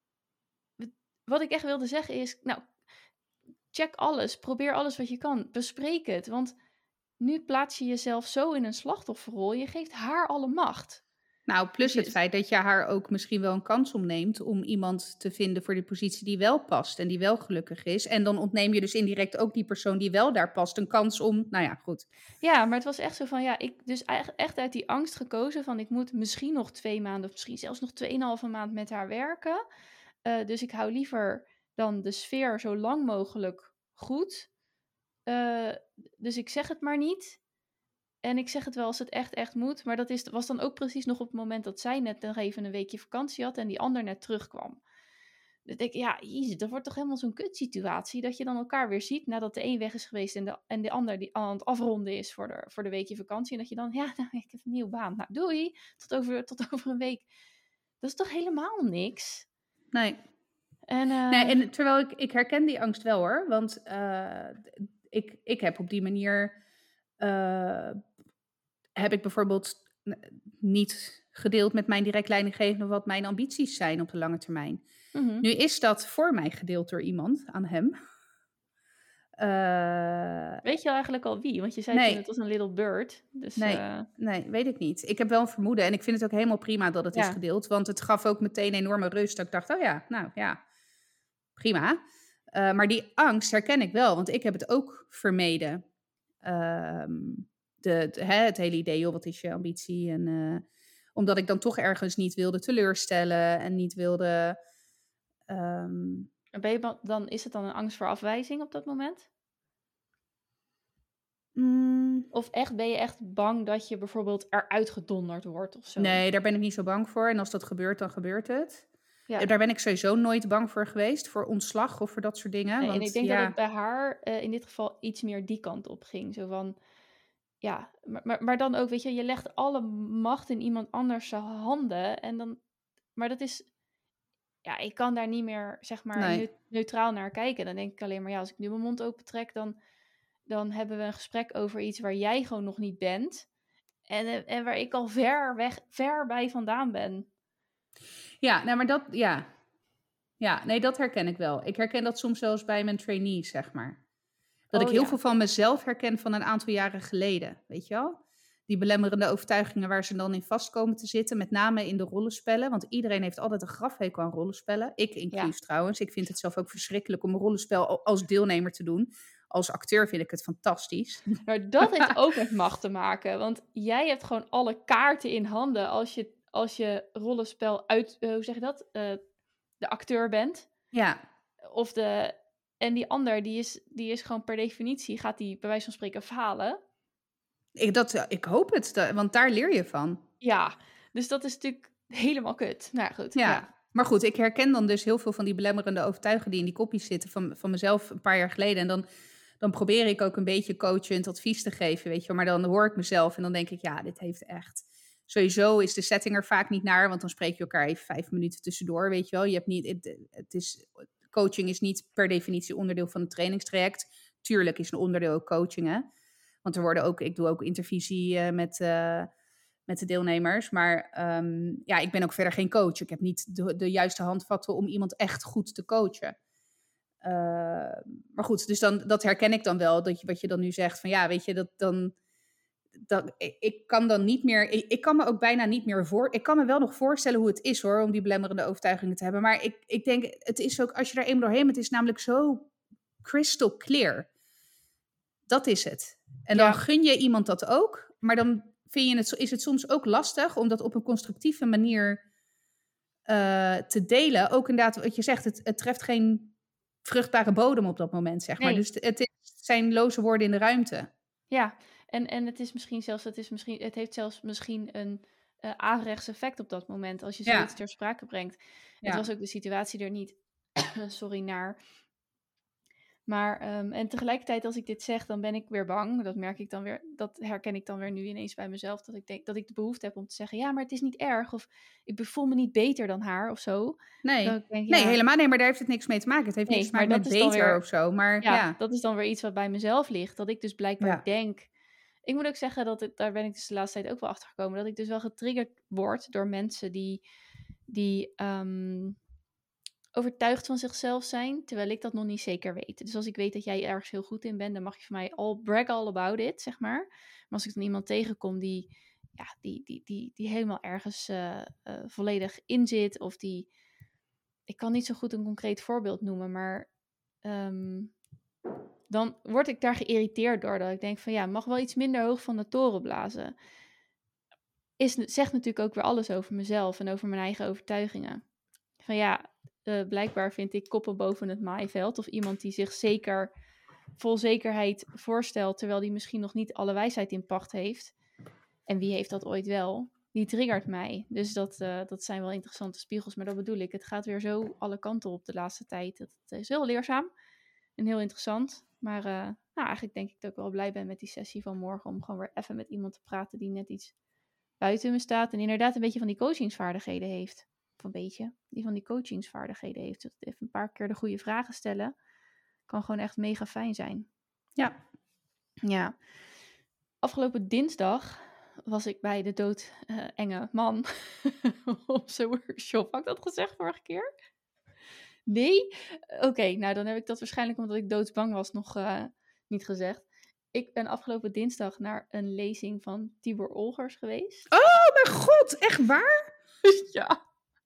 A: Wat ik echt wilde zeggen is, nou, check alles. Probeer alles wat je kan. Bespreek het. Want nu plaats je jezelf zo in een slachtofferrol. Je geeft haar alle macht.
B: Nou, plus
A: dus
B: het feit dat je haar ook misschien wel een kans omneemt om iemand te vinden voor die positie die wel past en die wel gelukkig is. En dan ontneem je dus indirect ook die persoon die wel daar past een kans om, nou ja, goed.
A: Ja, maar het was echt zo van, ja, ik dus echt uit die angst gekozen van, ik moet misschien nog twee maanden of misschien zelfs nog tweeënhalve maand met haar werken. Uh, dus ik hou liever dan de sfeer zo lang mogelijk goed. Uh, dus ik zeg het maar niet. En ik zeg het wel als het echt, echt moet. Maar dat is, was dan ook precies nog op het moment dat zij net nog even een weekje vakantie had en die ander net terugkwam. Dan denk ik, ja, jezus, dat wordt toch helemaal zo'n kutsituatie dat je dan elkaar weer ziet nadat de een weg is geweest en de, en de ander die aan het afronden is voor de, voor de weekje vakantie. En dat je dan, ja, nou, ik heb een nieuwe baan. Nou, doei, tot over, tot over een week. Dat is toch helemaal niks?
B: Nee.
A: En, uh...
B: nee, en terwijl ik, ik herken die angst wel hoor. Want uh, ik, ik heb op die manier... Uh, heb ik bijvoorbeeld niet gedeeld met mijn direct leidinggevende wat mijn ambities zijn op de lange termijn.
A: Mm-hmm.
B: Nu is dat voor mij gedeeld door iemand aan hem. Uh,
A: Weet je eigenlijk al wie? Want je zei toen
B: nee,
A: het was een little bird. Dus
B: nee,
A: uh,
B: nee, weet ik niet. Ik heb wel een vermoeden en ik vind het ook helemaal prima dat het is
A: ja.
B: gedeeld. Want het gaf ook meteen enorme rust. Dat ik dacht, oh ja, nou ja, prima. Uh, maar die angst herken ik wel, want ik heb het ook vermeden. Um, de, de, hè, het hele idee, joh, wat is je ambitie? En, uh, omdat ik dan toch ergens niet wilde teleurstellen en niet wilde... Um...
A: Ben je dan, is het dan een angst voor afwijzing op dat moment?
B: Mm.
A: Of echt, ben je echt bang dat je bijvoorbeeld eruit gedonderd wordt of zo?
B: Nee, daar ben ik niet zo bang voor. En als dat gebeurt, dan gebeurt het.
A: Ja.
B: Daar ben ik sowieso nooit bang voor geweest, voor ontslag of voor dat soort dingen.
A: Nee,
B: want,
A: en ik denk
B: ja...
A: dat het bij haar uh, in dit geval iets meer die kant op ging. Zo van, ja, maar, maar, maar dan ook, weet je, je legt alle macht in iemand anders zijn handen. En dan, maar dat is, ja, ik kan daar niet meer, zeg maar,
B: nee.
A: neutraal naar kijken. Dan denk ik alleen maar, ja, als ik nu mijn mond open trek, dan, dan hebben we een gesprek over iets waar jij gewoon nog niet bent. En, en waar ik al ver weg, ver bij vandaan ben.
B: Ja, nou, maar dat, ja. Ja, nee, dat herken ik wel. Ik herken dat soms zelfs bij mijn trainees, zeg maar. Dat
A: oh,
B: ik heel
A: ja.
B: veel van mezelf herken van een aantal jaren geleden, weet je wel? Die belemmerende overtuigingen waar ze dan in vast komen te zitten, met name in de rollenspellen. Want iedereen heeft altijd een grafhekel aan rollenspellen. Ik inclusief ja. trouwens. Ik vind het zelf ook verschrikkelijk om een rollenspel als deelnemer te doen. Als acteur vind ik het fantastisch.
A: Maar dat heeft ook met macht te maken. Want jij hebt gewoon alle kaarten in handen als je, als je rollenspel uit... Uh, hoe zeg je dat? Uh, de acteur bent.
B: Ja.
A: Of de... En die ander, die is, die is gewoon per definitie... gaat die bij wijze van spreken falen.
B: Ik, dat, ik hoop het, dat, want daar leer je van.
A: Ja, dus dat is natuurlijk helemaal kut. Nou goed,
B: ja.
A: ja.
B: Maar goed, ik herken dan dus heel veel van die belemmerende overtuigingen... die in die kopjes zitten van, van mezelf een paar jaar geleden. En dan, dan probeer ik ook een beetje coachend advies te geven, weet je wel. Maar dan hoor ik mezelf en dan denk ik, ja, dit heeft echt... Sowieso is de setting er vaak niet naar, want dan spreek je elkaar even vijf minuten tussendoor, weet je wel. Je hebt niet, het, het is, coaching is niet per definitie onderdeel van het trainingstraject. Tuurlijk is een onderdeel ook coaching, hè. Want er worden ook, ik doe ook intervisie uh, met, uh, met de deelnemers. Maar um, ja, ik ben ook verder geen coach. Ik heb niet de, de juiste handvatten om iemand echt goed te coachen. Uh, maar goed, dus dan, dat herken ik dan wel. Dat je, wat je dan nu zegt, van ja, weet je, dat dan... Dat, ik kan dan niet meer, ik, ik kan me ook bijna niet meer voor, ik kan me wel nog voorstellen hoe het is hoor, om die belemmerende overtuigingen te hebben. Maar ik, ik denk, het is ook, als je daar eenmaal doorheen bent, het is namelijk zo crystal clear. Dat is het. En dan ja. gun je iemand dat ook, maar dan vind je het, is het soms ook lastig om dat op een constructieve manier uh, te delen. Ook inderdaad, wat je zegt, het, het treft geen vruchtbare bodem op dat moment, zeg maar. Nee. Dus het, is, het zijn loze woorden in de ruimte.
A: Ja, en, en het is misschien zelfs, het, is misschien, het heeft zelfs misschien een uh, averechts effect op dat moment, als je zoiets ja. ter sprake brengt. Ja. Het was ook de situatie er niet, sorry, naar. Maar, um, en tegelijkertijd als ik dit zeg, dan ben ik weer bang. Dat merk ik dan weer, dat herken ik dan weer nu ineens bij mezelf. Dat ik denk dat ik de behoefte heb om te zeggen, ja, maar het is niet erg. Of ik voel me niet beter dan haar of zo.
B: Nee, denk, nee ja, helemaal nee, maar daar heeft het niks mee te maken. Het heeft nee, niks te maken met beter weer, of zo. Maar
A: ja,
B: ja,
A: dat is dan weer iets wat bij mezelf ligt. Dat ik dus blijkbaar ja. denk. Ik moet ook zeggen dat het, daar ben ik dus de laatste tijd ook wel achter gekomen. Dat ik dus wel getriggerd word door mensen die, die um, overtuigd van zichzelf zijn, terwijl ik dat nog niet zeker weet. Dus als ik weet dat jij ergens heel goed in bent, dan mag je van mij all brag all about it, zeg maar. Maar als ik dan iemand tegenkom die, ja, die, die, die, die helemaal ergens uh, uh, volledig in zit, of die, ik kan niet zo goed een concreet voorbeeld noemen, maar um, dan word ik daar geïrriteerd door. Dat ik denk van ja, mag wel iets minder hoog van de toren blazen. Is, zegt natuurlijk ook weer alles over mezelf en over mijn eigen overtuigingen. Van ja, uh, blijkbaar vind ik koppen boven het maaiveld. Of iemand die zich zeker, vol zekerheid voorstelt, terwijl die misschien nog niet alle wijsheid in pacht heeft. En wie heeft dat ooit wel? Die triggert mij. Dus dat, uh, dat zijn wel interessante spiegels. Maar dat bedoel ik. Het gaat weer zo alle kanten op de laatste tijd. Het is heel leerzaam en heel interessant. Maar uh, nou, eigenlijk denk ik dat ik wel blij ben met die sessie van morgen. Om gewoon weer even met iemand te praten die net iets buiten me staat. En inderdaad een beetje van die coachingsvaardigheden heeft. Of een beetje. Die van die coachingsvaardigheden heeft. Dus even een paar keer de goede vragen stellen. Kan gewoon echt mega fijn zijn.
B: Ja.
A: Ja. Afgelopen dinsdag was ik bij de doodenge uh, man op zijn workshop. Had ik dat gezegd vorige keer? Nee? Oké, nou dan heb ik dat waarschijnlijk omdat ik doodsbang was nog uh, niet gezegd. Ik ben afgelopen dinsdag naar een lezing van Tibor Olgers geweest.
B: Oh mijn god, echt waar?
A: Ja.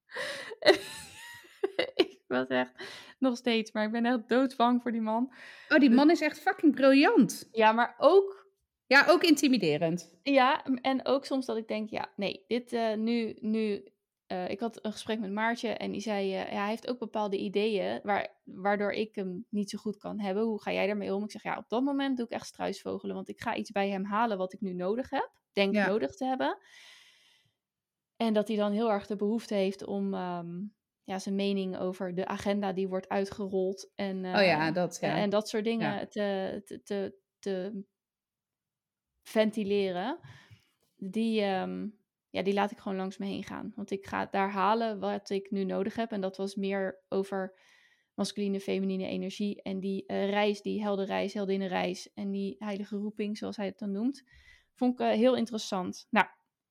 A: Ik was echt nog steeds, maar ik ben echt doodsbang voor die man.
B: Oh, die
A: Dus,
B: man is echt fucking briljant.
A: ja, maar ook,
B: Ja, ook intimiderend.
A: ja, m- en ook soms dat ik denk, ja, nee, dit eh, nu, nu, eh, ik had een gesprek met Maartje en die zei, eh, ja, hij heeft ook bepaalde ideeën waar, waardoor ik hem niet zo goed kan hebben. Hoe ga jij daarmee om? Ik zeg, ja, op dat moment doe ik echt struisvogelen, want ik ga iets bij hem halen wat ik nu nodig heb, denk
B: Ja.
A: nodig te hebben. En dat hij dan heel erg de behoefte heeft om ehm, ja, zijn mening over de agenda die wordt uitgerold en,
B: Oh ja,
A: eh,
B: dat,
A: en,
B: ja.
A: en dat soort
B: Ja.
A: dingen te, te, te, te ventileren. Die, ehm, ja, die laat ik gewoon langs me heen gaan. Want ik ga daar halen wat ik nu nodig heb. En dat was meer over masculine, feminine energie. En die eh, reis, die helde reis, heldinne reis. En die heilige roeping, zoals hij het dan noemt. Vond ik eh, heel interessant. Nou,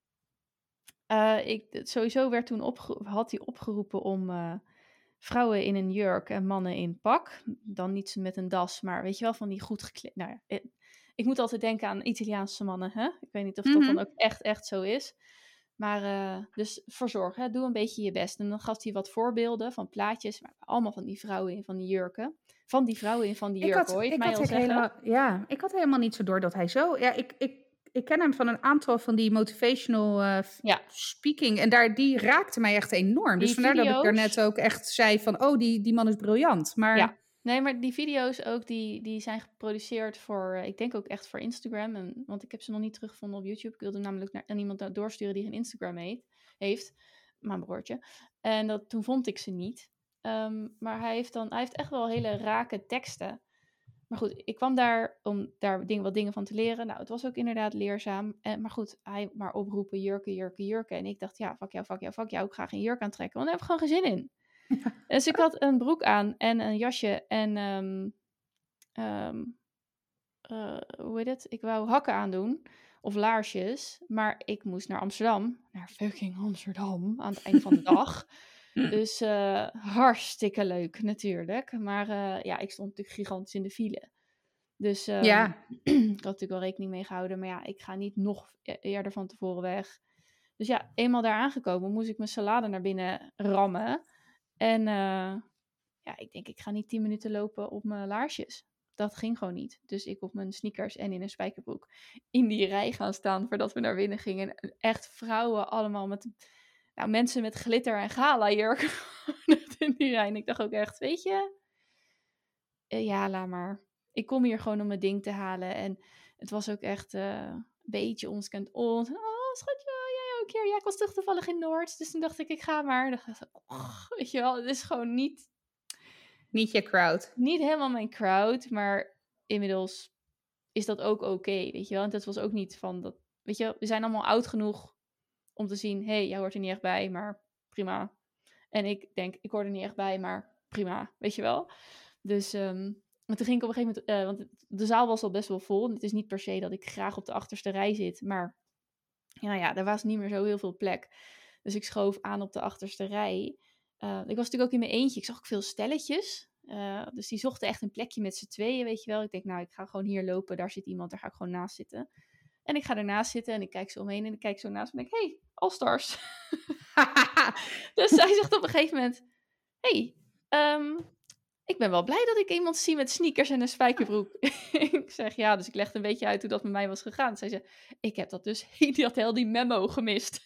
A: Uh, ik, sowieso werd toen opge- had hij opgeroepen om uh, vrouwen in een jurk en mannen in pak. Dan niet met een das, maar weet je wel, van die goed gekleed. Nou, ja, ik, ik moet altijd denken aan Italiaanse mannen. Hè? Ik weet niet of dat dan
B: Mhm.
A: ook echt, echt zo is. Maar uh, dus verzorg, hè? Doe een beetje je best. En dan gaf hij wat voorbeelden van plaatjes. Maar allemaal van die vrouwen in van die jurken. Van die vrouwen in van die
B: Ik
A: jurken,
B: had,
A: hoor je het
B: ik
A: mij
B: had
A: al
B: ik
A: zeggen?
B: helemaal, ja, ik had helemaal niet zo door dat hij zo. Ja, ik, ik, ik ken hem van een aantal van die motivational uh,
A: Ja.
B: speaking. En daar, die raakte mij echt enorm.
A: Die
B: Dus vandaar dat ik
A: video's,
B: daarnet ook echt zei van, oh, die, die man is briljant. Maar
A: ja, nee, maar die video's ook, die, die zijn geproduceerd voor, uh, ik denk ook echt voor Instagram. En, want ik heb ze nog niet teruggevonden op YouTube. Ik wilde namelijk naar, aan iemand doorsturen die geen Instagram heet, heeft. Mijn broertje. En dat, toen vond ik ze niet. Um, maar hij heeft, dan, hij heeft echt wel hele rake teksten. Maar goed, ik kwam daar om daar ding, wat dingen van te leren. Nou, het was ook inderdaad leerzaam. En, maar goed, hij maar oproepen jurken, jurken, jurken. En ik dacht, ja, fuck jou, fuck jou, fuck jou. Ik ga geen jurk aantrekken, want daar heb ik gewoon geen zin in. Dus ik had een broek aan en een jasje en um, um, uh, hoe heet het? Ik wou hakken aandoen of laarsjes, maar ik moest naar Amsterdam, naar fucking Amsterdam aan het einde van de dag. Dus uh, hartstikke leuk natuurlijk, maar uh, ja, ik stond natuurlijk gigantisch in de file. Dus um,
B: ja.
A: ik had natuurlijk wel rekening mee gehouden, maar ja, ik ga niet nog eerder van tevoren weg. Dus ja, eenmaal daar aangekomen moest ik mijn salade naar binnen rammen. En uh, ja, ik denk, ik ga niet tien minuten lopen op mijn laarsjes. Dat ging gewoon niet. Dus ik op mijn sneakers en in een spijkerbroek in die rij gaan staan voordat we naar binnen gingen. En echt vrouwen allemaal met, nou, mensen met glitter en gala jurk in die rij. En ik dacht ook echt, weet je, uh, ja, laat maar. Ik kom hier gewoon om mijn ding te halen. En het was ook echt uh, een beetje ons kent ons. Oh, schatje, jij ook hier. Ja, ik was toch toevallig in Noord. Dus toen dacht ik, ik ga maar. Dan dacht ik, oh, weet je wel, het is gewoon niet...
B: Niet je crowd.
A: Niet helemaal mijn crowd, maar inmiddels is dat ook oké, okay, weet je wel. En dat was ook niet van dat, weet je, we zijn allemaal oud genoeg om te zien, hé, hey, jij hoort er niet echt bij, maar prima. En ik denk, ik hoor er niet echt bij, maar prima, weet je wel. Dus um, en toen ging ik op een gegeven moment, uh, want de zaal was al best wel vol. En het is niet per se dat ik graag op de achterste rij zit, maar ja, ja, er was niet meer zo heel veel plek. Dus ik schoof aan op de achterste rij. Uh, ik was natuurlijk ook in mijn eentje. Ik zag ook veel stelletjes. Uh, dus die zochten echt een plekje met z'n tweeën, weet je wel. Ik denk, nou, ik ga gewoon hier lopen. Daar zit iemand, daar ga ik gewoon naast zitten. En ik ga ernaast zitten en ik kijk zo omheen en ik kijk zo naast me en denk, hey, All-Stars. Dus zij zegt op een gegeven moment, hey, um, ik ben wel blij dat ik iemand zie met sneakers en een spijkerbroek. Ik zeg, ja, dus ik legde een beetje uit hoe dat met mij was gegaan. Zij zei, ik heb dat dus, die had heel die memo gemist.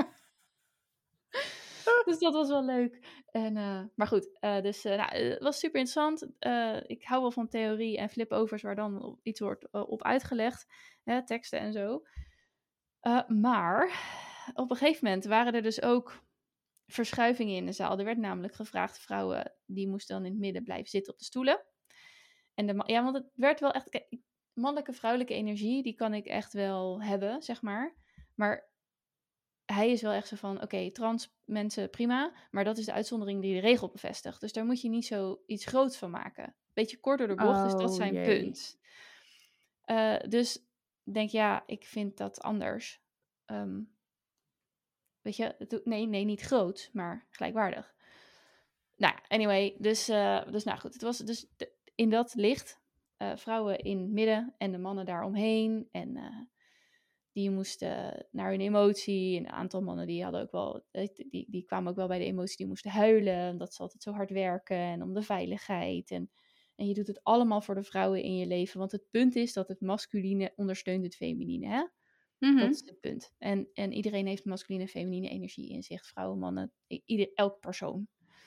A: Dus dat was wel leuk. En, uh, maar goed, uh, dus uh, nou, het was super interessant. Uh, ik hou wel van theorie en flip-overs waar dan iets wordt uh, op uitgelegd. Hè, teksten en zo. Uh, maar op een gegeven moment waren er dus ook verschuivingen in de zaal. Er werd namelijk gevraagd, vrouwen die moesten dan in het midden blijven zitten op de stoelen. En de, ja, want het werd wel echt, kijk, mannelijke, vrouwelijke energie, die kan ik echt wel hebben, zeg maar. Maar hij is wel echt zo van, oké, okay, trans mensen prima, maar dat is de uitzondering die de regel bevestigt. Dus daar moet je niet zo iets groots van maken. Beetje kort door de bocht, oh, dus dat is zijn jee. punt. Uh, dus denk, ja, ik vind dat anders. Um, weet je, nee, nee, niet groot, maar gelijkwaardig. Nou ja, anyway, dus, uh, dus nou goed, het was dus de, in dat licht, uh, vrouwen in het midden en de mannen daaromheen. En uh, die moesten naar hun emotie. En een aantal mannen die hadden ook wel, die, die kwamen ook wel bij de emotie, die moesten huilen. Omdat ze altijd zo hard werken en om de veiligheid. En, en je doet het allemaal voor de vrouwen in je leven. Want het punt is dat het masculine ondersteunt het feminine, hè? Mm-hmm. Dat is het punt. En, en iedereen heeft masculine en feminine energie in zich. Vrouwen, mannen, ieder, elk persoon.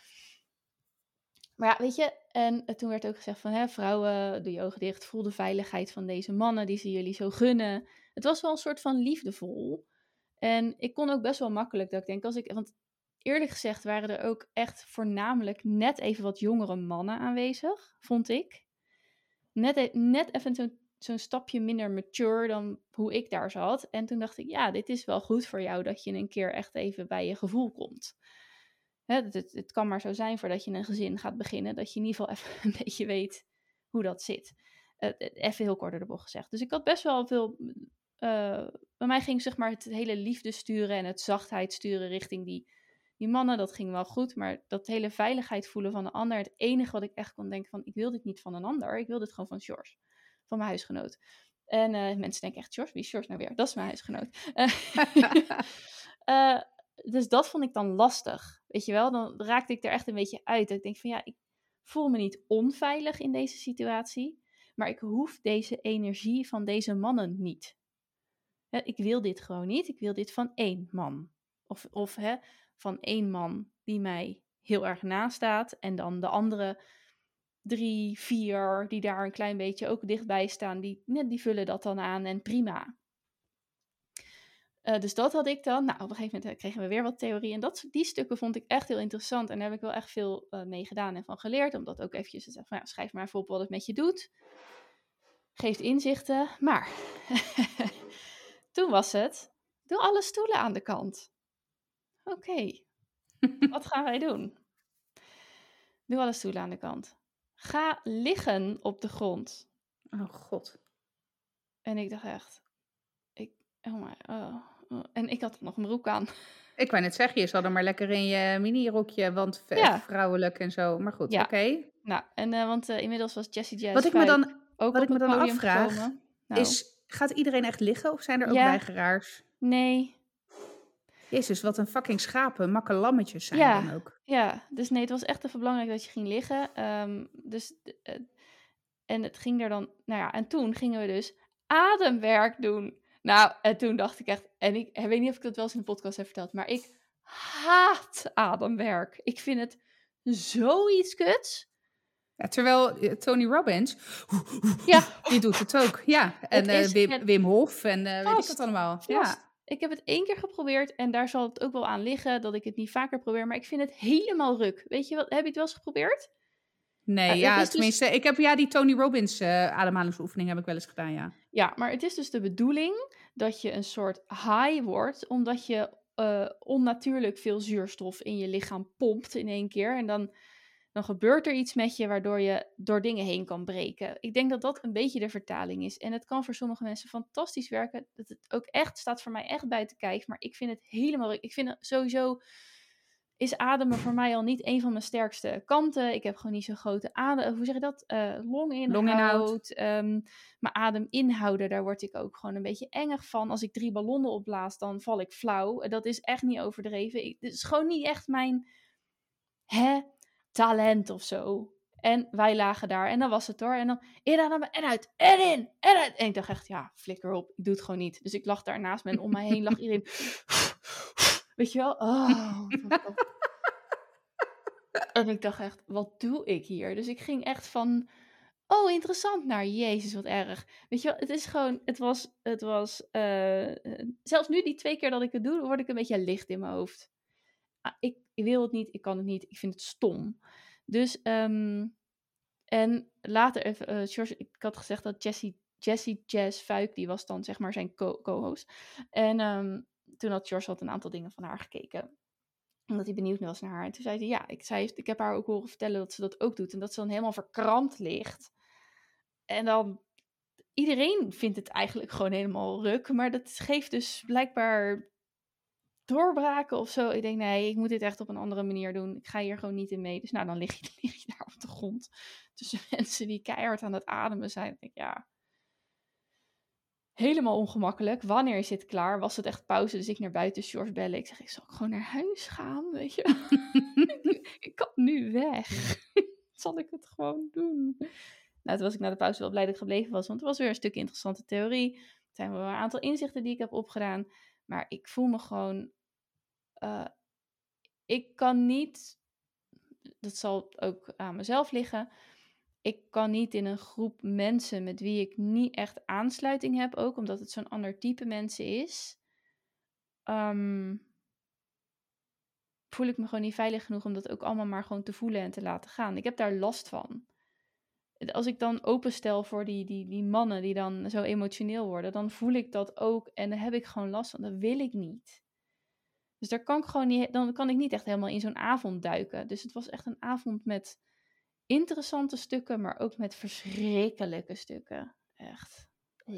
A: Maar ja, weet je, en toen werd ook gezegd van, hè, vrouwen, doe je ogen dicht, voel de veiligheid van deze mannen die ze jullie zo gunnen. Het was wel een soort van liefdevol. En ik kon ook best wel makkelijk, dat ik denk, als ik, want eerlijk gezegd waren er ook echt voornamelijk net even wat jongere mannen aanwezig, vond ik. Net, net even zo'n zo'n stapje minder mature dan hoe ik daar zat. En toen dacht ik, ja, dit is wel goed voor jou dat je een keer echt even bij je gevoel komt. Het, het, het kan maar zo zijn voordat je een gezin gaat beginnen, dat je in ieder geval even een beetje weet hoe dat zit. Uh, even heel kort door de bocht gezegd. Dus ik had best wel veel... Uh, bij mij ging zeg maar het hele liefde sturen en het zachtheid sturen richting die, die mannen. Dat ging wel goed, maar dat hele veiligheid voelen van een ander. Het enige wat ik echt kon denken van, ik wil dit niet van een ander. Ik wil dit gewoon van George, van mijn huisgenoot. En uh, mensen denken echt, George, wie is George nou weer? Dat is mijn huisgenoot. Uh, uh, Dus dat vond ik dan lastig, weet je wel. Dan raakte ik er echt een beetje uit. Ik denk van ja, ik voel me niet onveilig in deze situatie. Maar ik hoef deze energie van deze mannen niet. Hè, ik wil dit gewoon niet. Ik wil dit van één man. Of, of hè, van één man die mij heel erg nastaat. En dan de andere drie, vier die daar een klein beetje ook dichtbij staan. Die, net, die vullen dat dan aan en prima. Uh, dus dat had ik dan. Nou, op een gegeven moment kregen we weer wat theorie. En dat, die stukken vond ik echt heel interessant. En daar heb ik wel echt veel uh, mee gedaan en van geleerd. Om dat ook eventjes te zeggen van, ja, schrijf maar even op wat het met je doet. Geeft inzichten. Maar toen was het, doe alle stoelen aan de kant. Oké, okay. Wat gaan wij doen? Doe alle stoelen aan de kant. Ga liggen op de grond.
B: Oh god.
A: En ik dacht echt, ik, oh my, oh. En ik had nog een broek aan.
B: Ik wou net zeggen, je zat er maar lekker in je mini-rokje, want ja. Vrouwelijk en zo. Maar goed, ja. Oké. Okay.
A: Nou, en uh, want uh, inmiddels was Jessie Jazz
B: wat ik me dan,
A: ook
B: wat
A: op
B: ik me
A: het
B: dan
A: podium
B: afvraag,
A: gekomen. Nou.
B: Is, gaat iedereen echt liggen of zijn er ook
A: ja.
B: weigeraars?
A: Nee.
B: Jezus, wat een fucking schapen, makke lammetjes zijn
A: ja.
B: dan ook.
A: Ja, dus nee, het was echt even belangrijk dat je ging liggen. Um, dus, uh, en het ging er dan, nou ja, en toen gingen we dus ademwerk doen. Nou, en toen dacht ik echt, en ik, ik weet niet of ik dat wel eens in de podcast heb verteld, maar ik haat ademwerk. Ik vind het zoiets kuts.
B: Ja, terwijl uh, Tony Robbins, ja. die doet het ook. Ja, en uh, Wim, het... Wim Hof en uh, weet ik het allemaal.
A: Vast.
B: Ja.
A: Ik heb het één keer geprobeerd en daar zal het ook wel aan liggen dat ik het niet vaker probeer. Maar ik vind het helemaal ruk. Weet je wat, heb je het wel eens geprobeerd?
B: Nee, uh, ja, tenminste, dus... ik heb ja die Tony Robbins uh, ademhalingsoefening heb ik wel eens gedaan, ja.
A: Ja, maar het is dus de bedoeling dat je een soort high wordt, omdat je uh, onnatuurlijk veel zuurstof in je lichaam pompt in één keer. En dan, dan gebeurt er iets met je waardoor je door dingen heen kan breken. Ik denk dat dat een beetje de vertaling is. En het kan voor sommige mensen fantastisch werken. Dat het ook echt staat voor mij echt buiten kijf. Maar ik vind het helemaal... Ik vind het sowieso... is ademen voor mij al niet een van mijn sterkste kanten. Ik heb gewoon niet zo'n grote adem... Hoe zeg je dat? Uh, longinhoud.
B: Longinhoud.
A: Um, maar adem inhouden, daar word ik ook gewoon een beetje engig van. Als ik drie ballonnen opblaas, dan val ik flauw. Dat is echt niet overdreven. Ik, dit is gewoon niet echt mijn... Hè? Talent of zo. En wij lagen daar en dan was het hoor. En dan inademen en uit. En in. En uit. En ik dacht echt, ja, flikker op. Ik doe het gewoon niet. Dus ik lag daar naast me en om mij heen lag iedereen... Weet je wel? Oh, en ik dacht echt, wat doe ik hier? Dus ik ging echt van, oh, interessant, naar jezus, wat erg. Weet je wel, het is gewoon, het was, het was, uh, zelfs nu die twee keer dat ik het doe, word ik een beetje licht in mijn hoofd. Ah, ik, ik wil het niet, ik kan het niet, ik vind het stom. Dus, um, en later, even, uh, George, ik had gezegd dat Jessie, Jessie Jazz Fuik, die was dan zeg maar zijn co- co-host. En um, toen had George had een aantal dingen van haar gekeken. Omdat hij benieuwd was naar haar. En toen zei hij, ja, ik, zei, ik heb haar ook horen vertellen dat ze dat ook doet. En dat ze dan helemaal verkrampt ligt. En dan, iedereen vindt het eigenlijk gewoon helemaal ruk. Maar dat geeft dus blijkbaar doorbraken of zo. Ik denk, nee, ik moet dit echt op een andere manier doen. Ik ga hier gewoon niet in mee. Dus nou, dan lig je, lig je daar op de grond. Tussen mensen die keihard aan het ademen zijn. Ik denk, ja, helemaal ongemakkelijk. Wanneer is dit klaar? Was het echt pauze? Dus ik naar buiten Sjors bellen. Ik zeg, ik zal ook gewoon naar huis gaan, weet je. ik, ik kan nu weg. Zal ik het gewoon doen? Nou, toen was ik na de pauze wel blij dat ik gebleven was. Want het was weer een stuk interessante theorie. Er zijn wel een aantal inzichten die ik heb opgedaan. Maar ik voel me gewoon... Uh, ik kan niet... Dat zal ook aan mezelf liggen. Ik kan niet in een groep mensen met wie ik niet echt aansluiting heb. Ook omdat het zo'n ander type mensen is. Um, voel ik me gewoon niet veilig genoeg om dat ook allemaal maar gewoon te voelen en te laten gaan. Ik heb daar last van. Als ik dan openstel voor die, die, die mannen die dan zo emotioneel worden, dan voel ik dat ook en daar heb ik gewoon last van. Dat wil ik niet. Dus daar kan ik gewoon niet, dan kan ik niet echt helemaal in zo'n avond duiken. Dus het was echt een avond met interessante stukken, maar ook met verschrikkelijke stukken. Echt.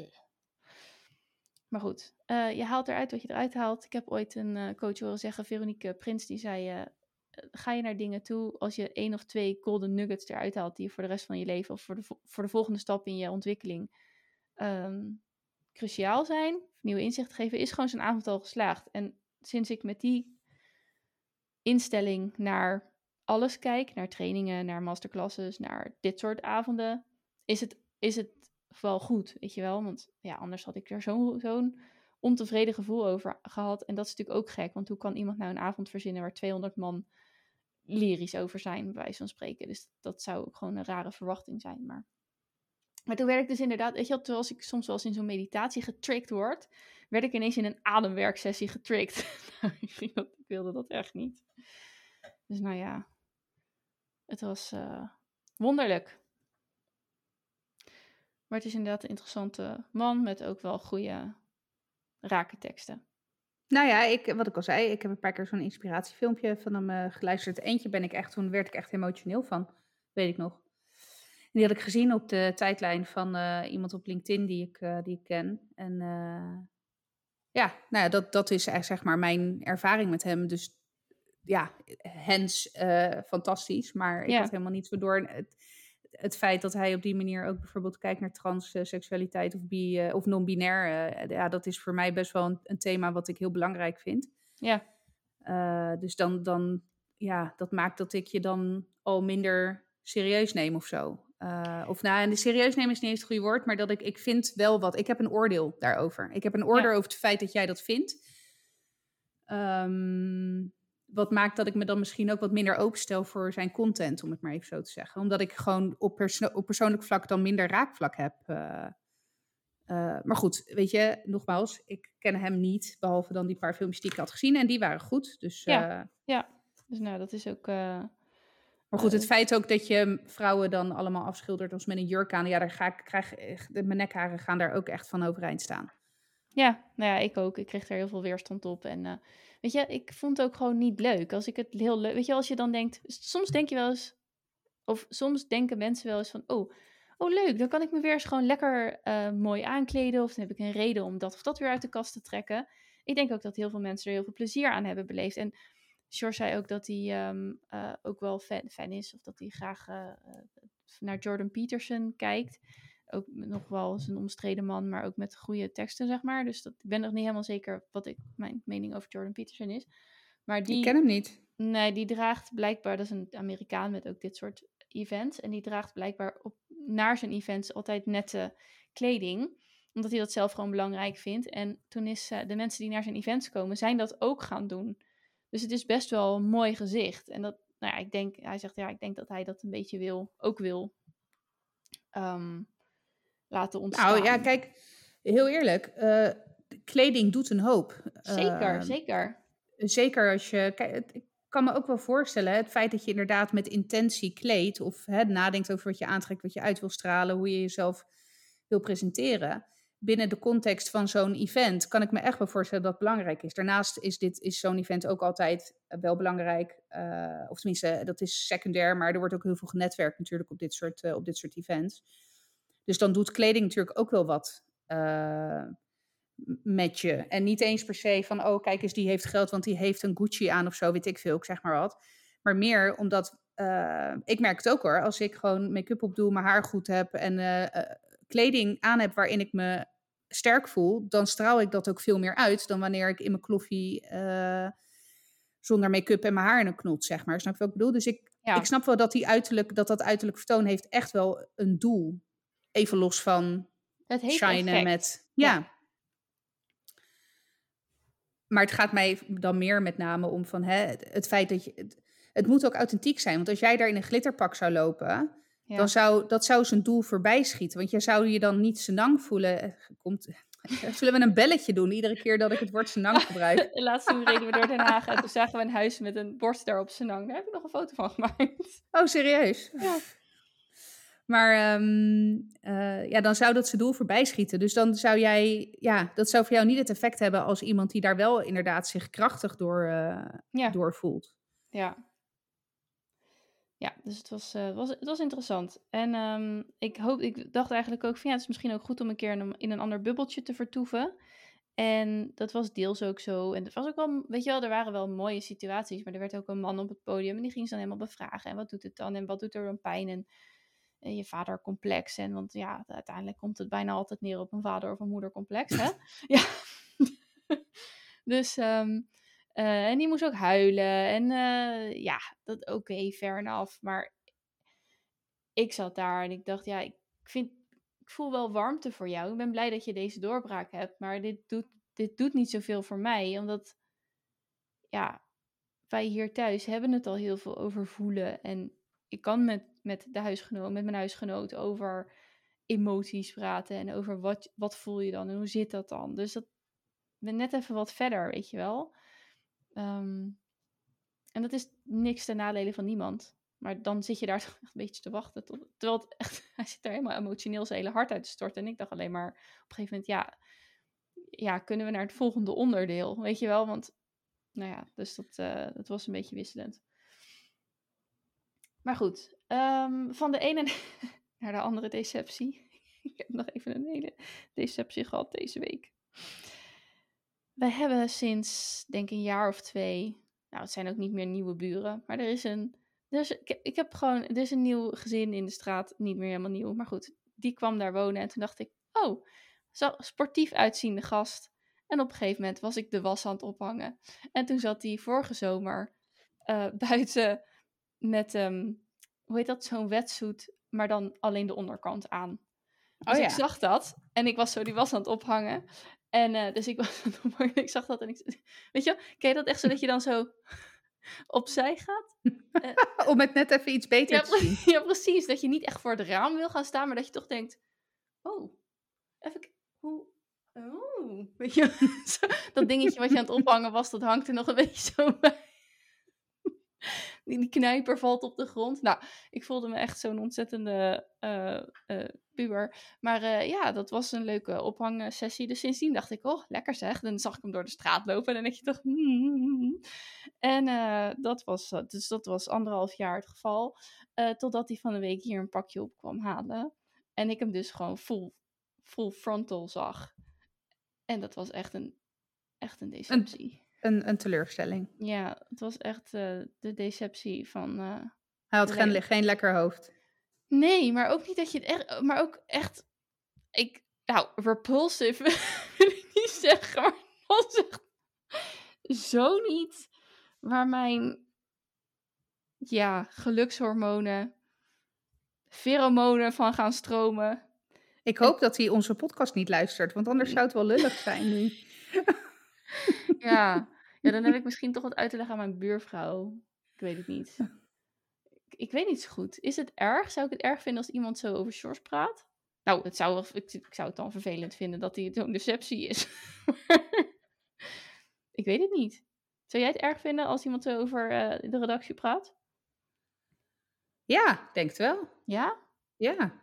A: Maar goed, uh, je haalt eruit wat je eruit haalt. Ik heb ooit een uh, coach horen zeggen, Veronique Prins, die zei... Uh, ga je naar dingen toe als je één of twee golden nuggets eruit haalt die je voor de rest van je leven of voor de, voor de volgende stap in je ontwikkeling um, cruciaal zijn, nieuwe inzichten geven, is gewoon zo'n avond al geslaagd. En sinds ik met die instelling naar alles kijk, naar trainingen, naar masterclasses, naar dit soort avonden, is het, is het wel goed, weet je wel. Want ja, anders had ik er zo, zo'n ontevreden gevoel over gehad. En dat is natuurlijk ook gek, want hoe kan iemand nou een avond verzinnen waar tweehonderd man lyrisch over zijn, bij wijze van spreken. Dus dat zou ook gewoon een rare verwachting zijn. Maar, maar toen werd ik dus inderdaad, weet je wel, terwijl ik soms wel eens in zo'n meditatie getriggerd word, werd ik ineens in een ademwerksessie getriggerd. ik, dat, ik wilde dat echt niet. Dus nou ja, het was uh, wonderlijk. Maar het is inderdaad een interessante man met ook wel goede rake teksten.
B: Nou ja, ik, wat ik al zei, ik heb een paar keer zo'n inspiratiefilmpje van hem uh, geluisterd. Eentje ben ik echt, toen werd ik echt emotioneel van, weet ik nog. En die had ik gezien op de tijdlijn van uh, iemand op LinkedIn die ik, uh, die ik ken. En uh, ja, nou ja, dat, dat is echt zeg maar mijn ervaring met hem. Dus ja, hens uh, fantastisch. Maar ik
A: Ja.
B: had helemaal niet zo door het, het feit dat hij op die manier ook bijvoorbeeld kijkt naar transseksualiteit of, bi, uh, of non-binair. Uh, ja, dat is voor mij best wel een, een thema wat ik heel belangrijk vind.
A: Ja.
B: Uh, dus dan, dan, ja, dat maakt dat ik je dan al minder serieus neem of zo. Uh, of nou, en de serieus nemen is niet eens het goede woord, maar dat ik, ik vind wel wat. Ik heb een oordeel daarover. Ik heb een oordeel ja. over het feit dat jij dat vindt. Um, wat maakt dat ik me dan misschien ook wat minder openstel voor zijn content, om het maar even zo te zeggen. Omdat ik gewoon op, perso- op persoonlijk vlak dan minder raakvlak heb. Uh, uh, maar goed, weet je, nogmaals, ik ken hem niet, behalve dan die paar filmpjes die ik had gezien. En die waren goed. Dus, uh,
A: ja, ja, dus nou, dat is ook... Uh...
B: Maar goed, het feit ook dat je vrouwen dan allemaal afschildert als met een jurk aan. Ja, daar ga ik, krijg, de, mijn nekharen gaan daar ook echt van overeind staan.
A: Ja, nou ja, ik ook. Ik kreeg er heel veel weerstand op. En uh, weet je, ik vond het ook gewoon niet leuk. Als ik het heel leuk... Weet je, als je dan denkt... Soms denk je wel eens... Of soms denken mensen wel eens van... Oh, oh leuk, dan kan ik me weer eens gewoon lekker uh, mooi aankleden. Of dan heb ik een reden om dat of dat weer uit de kast te trekken. Ik denk ook dat heel veel mensen er heel veel plezier aan hebben beleefd. En Sjors zei ook dat hij um, uh, ook wel fan, fan is. Of dat hij graag uh, naar Jordan Peterson kijkt. Ook nog wel eens een omstreden man, maar ook met goede teksten, zeg maar. Dus dat, ik ben nog niet helemaal zeker wat ik, mijn mening over Jordan Peterson is. Maar die,
B: ik ken hem niet.
A: Nee, die draagt blijkbaar, dat is een Amerikaan met ook dit soort events. En die draagt blijkbaar op, naar zijn events altijd nette kleding. Omdat hij dat zelf gewoon belangrijk vindt. En toen is uh, de mensen die naar zijn events komen, zijn dat ook gaan doen. Dus het is best wel een mooi gezicht. En dat, nou ja, ik denk, hij zegt, ja, ik denk dat hij dat een beetje wil, ook wil um, laten ontstaan.
B: Nou ja, kijk, heel eerlijk, uh, kleding doet een hoop.
A: Zeker,
B: uh,
A: zeker.
B: Zeker als je, kijk, ik kan me ook wel voorstellen, het feit dat je inderdaad met intentie kleedt of hè, nadenkt over wat je aantrekt, wat je uit wil stralen, hoe je jezelf wil presenteren. Binnen de context van zo'n event kan ik me echt wel voorstellen dat het belangrijk is. Daarnaast is, dit, is zo'n event ook altijd wel belangrijk. Uh, of tenminste, dat is secundair, maar er wordt ook heel veel genetwerkt natuurlijk op dit soort, uh, op dit soort events. Dus dan doet kleding natuurlijk ook wel wat uh, met je. En niet eens per se van, oh kijk eens, die heeft geld, want die heeft een Gucci aan of zo, weet ik veel, ik zeg maar wat. Maar meer omdat, uh, ik merk het ook hoor, als ik gewoon make-up opdoe, mijn haar goed heb en uh, uh, kleding aan heb waarin ik me sterk voel, dan straal ik dat ook veel meer uit dan wanneer ik in mijn kloffie uh, zonder make-up en mijn haar in een knot, zeg maar. Snap je wat ik bedoel? Dus ik, ja. ik snap wel dat, die uiterlijk, dat dat uiterlijk vertoon heeft echt wel een doel. Even los van
A: het heeft
B: shinen
A: effect.
B: met... Ja.
A: ja.
B: Maar het gaat mij dan meer met name om van hè, het, het feit dat je... Het, het moet ook authentiek zijn. Want als jij daar in een glitterpak zou lopen... Ja. dan zou dat zou zijn doel voorbij schieten. Want je zou je dan niet senang voelen. Komt, zullen we een belletje doen iedere keer dat ik het woord senang gebruik?
A: Laatst toen reden we door Den Haag en toen zagen we een huis met een bord daarop senang. Daar heb ik nog een foto van gemaakt.
B: Oh, serieus?
A: Ja.
B: Maar um, uh, ja, dan zou dat zijn doel voorbij schieten. Dus dan zou jij, ja, dat zou voor jou niet het effect hebben als iemand die daar wel inderdaad zich krachtig door, uh,
A: ja.
B: door voelt.
A: Ja. Ja, dus het was, uh, was, het was interessant. En um, ik, hoop, ik dacht eigenlijk ook van ja, het is misschien ook goed om een keer in een, in een ander bubbeltje te vertoeven. En dat was deels ook zo. En het was ook wel, weet je wel, er waren wel mooie situaties. Maar er werd ook een man op het podium en die ging ze dan helemaal bevragen. En wat doet het dan? En wat doet er dan pijn? En, en je vadercomplex. En want ja, uiteindelijk komt het bijna altijd neer op een vader- of een moedercomplex, hè? Ja. Dus... Um, Uh, en die moest ook huilen. En uh, ja, dat oké, okay, fair enough. Maar ik zat daar en ik dacht, ja, ik, vind, ik voel wel warmte voor jou. Ik ben blij dat je deze doorbraak hebt. Maar dit doet, dit doet niet zoveel voor mij. Omdat, ja, wij hier thuis hebben het al heel veel over voelen. En ik kan met, met, de huisgenoot, met mijn huisgenoot over emoties praten. En over wat, wat voel je dan en hoe zit dat dan. Dus dat ben net even wat verder, weet je wel. Um, en dat is niks ten nadele van niemand. Maar dan zit je daar toch echt een beetje te wachten. Tot, terwijl het echt, hij zit daar helemaal emotioneel zijn hele hart uit te storten. En ik dacht alleen maar op een gegeven moment, ja, ja, kunnen we naar het volgende onderdeel? Weet je wel, want, nou ja, dus dat, uh, dat was een beetje wisselend. Maar goed, um, van de ene naar de andere deceptie. Ik heb nog even een hele deceptie gehad deze week. Wij hebben sinds, denk ik, een jaar of twee... Nou, het zijn ook niet meer nieuwe buren. Maar er is een... Er is, ik, ik heb gewoon... Er is een nieuw gezin in de straat. Niet meer helemaal nieuw. Maar goed, die kwam daar wonen. En toen dacht ik... Oh, zo sportief uitziende gast. En op een gegeven moment was ik de was aan het ophangen. En toen zat hij vorige zomer... Uh, buiten met... Um, hoe heet dat? Zo'n wetsuit. Maar dan alleen de onderkant aan. Dus oh, ja. Ik zag dat. En ik was zo die was aan het ophangen. En uh, dus ik was ik zag dat en ik... Weet je wel, ken je dat echt zo dat je dan zo opzij gaat?
B: Uh, Om het net even iets beter
A: ja,
B: te zien.
A: Ja, precies. Dat je niet echt voor het raam wil gaan staan, maar dat je toch denkt... Oh, even... Hoe... Oh, weet je zo, dat dingetje wat je aan het ophangen was, dat hangt er nog een beetje zo bij. Die knijper valt op de grond. Nou, ik voelde me echt zo'n ontzettende uh, uh, puber. Maar uh, ja, dat was een leuke ophangsessie. Dus sindsdien dacht ik, oh, lekker zeg. Dan zag ik hem door de straat lopen en dan denk je toch... Mm. En uh, dat was, dus dat was anderhalf jaar het geval. Uh, totdat hij van de week hier een pakje op kwam halen. En ik hem dus gewoon full, full frontal zag. En dat was echt een, echt een deceptie.
B: Een... Een, een teleurstelling.
A: Ja, het was echt uh, de deceptie van... Uh,
B: Hij had geen, geen lekker hoofd.
A: Nee, maar ook niet dat je het echt... Maar ook echt... Ik, nou, repulsive wil ik niet zeggen. Maar het was echt zo niet waar mijn... Ja, gelukshormonen... Pheromonen van gaan stromen.
B: Ik hoop en... dat hij onze podcast niet luistert. Want anders zou het wel lullig zijn nu.
A: Ja, ja, dan heb ik misschien toch wat uit te leggen aan mijn buurvrouw. Ik weet het niet. Ik, ik weet niet zo goed. Is het erg? Zou ik het erg vinden als iemand zo over Sjors praat? Nou, het zou, ik, ik zou het dan vervelend vinden dat hij zo'n deceptie is. Ik weet het niet. Zou jij het erg vinden als iemand zo over uh, de redactie praat?
B: Ja, denk het wel.
A: Ja?
B: Ja.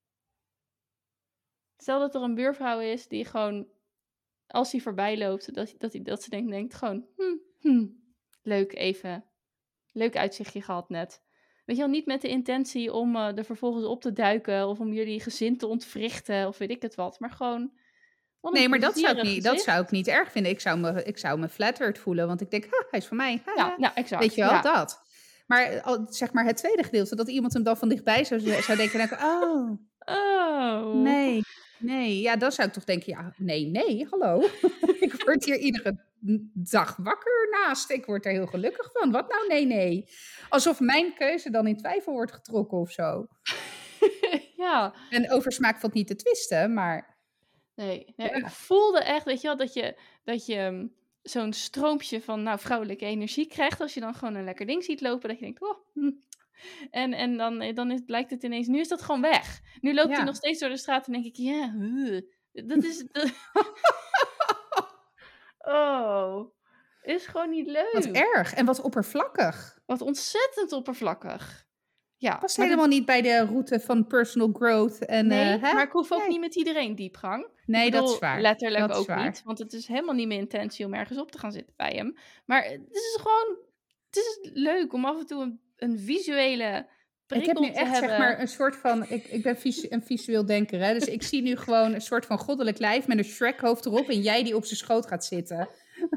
A: Stel dat er een buurvrouw is die gewoon... Als hij voorbij loopt, dat, dat, hij, dat ze denkt, denkt gewoon... Hm, hm, leuk even. Leuk uitzichtje gehad net. Weet je wel, niet met de intentie om uh, er vervolgens op te duiken... of om jullie gezin te ontwrichten of weet ik het wat. Maar gewoon Wat een
B: Nee, maar dat zou ik
A: plezierig
B: niet, dat zou ik
A: gezicht.
B: niet erg vinden. Ik zou me, ik zou me flattered voelen, want ik denk, ha, hij is van mij.
A: Ja,
B: Haha.
A: nou,
B: Weet
A: exact.
B: je wel,
A: Ja.
B: dat. Maar eh, al, zeg maar het tweede gedeelte, dat iemand hem dan van dichtbij zou, zou denken, dan denk ik, oh,
A: Oh.
B: nee, nee. Ja, dan zou ik toch denken, ja, nee, nee, hallo. Ik word hier iedere dag wakker naast. Ik word er heel gelukkig van. Wat nou, nee, nee. Alsof mijn keuze dan in twijfel wordt getrokken of zo.
A: Ja.
B: En over smaak valt niet te twisten, maar
A: Nee, nee, ik
B: ja.
A: voelde echt, weet je wel, dat je, dat je mm, zo'n stroompje van nou, vrouwelijke energie krijgt als je dan gewoon een lekker ding ziet lopen. Dat je denkt, oh, hm. En, en dan, eh, dan is, lijkt het ineens, nu is dat gewoon weg. Nu loopt hij nog
B: Ja.
A: steeds door de straat en denk ik, ja, huh, dat is, dat- oh, is gewoon niet
B: Wat
A: leuk.
B: erg en wat oppervlakkig.
A: Wat ontzettend oppervlakkig. Ja,
B: Past
A: maar
B: helemaal
A: dit,
B: niet bij de route van personal growth en, eh,
A: nee,
B: hè?
A: maar ik hoef ook
B: Nee.
A: niet met iedereen diepgang. Ik
B: Nee, dat is
A: bedoel,
B: waar.
A: letterlijk
B: Dat is
A: ook
B: waar.
A: niet, want het is helemaal niet mijn intentie om ergens op te gaan zitten bij hem. Maar het is gewoon, het is leuk om af en toe een, een visuele
B: Ik heb nu
A: prikkel te
B: echt, zeg
A: hebben.
B: maar, een soort van ik ik ben visu een visueel denker, hè, dus ik zie nu gewoon een soort van goddelijk lijf met een Shrek-hoofd erop en jij die op zijn schoot gaat zitten.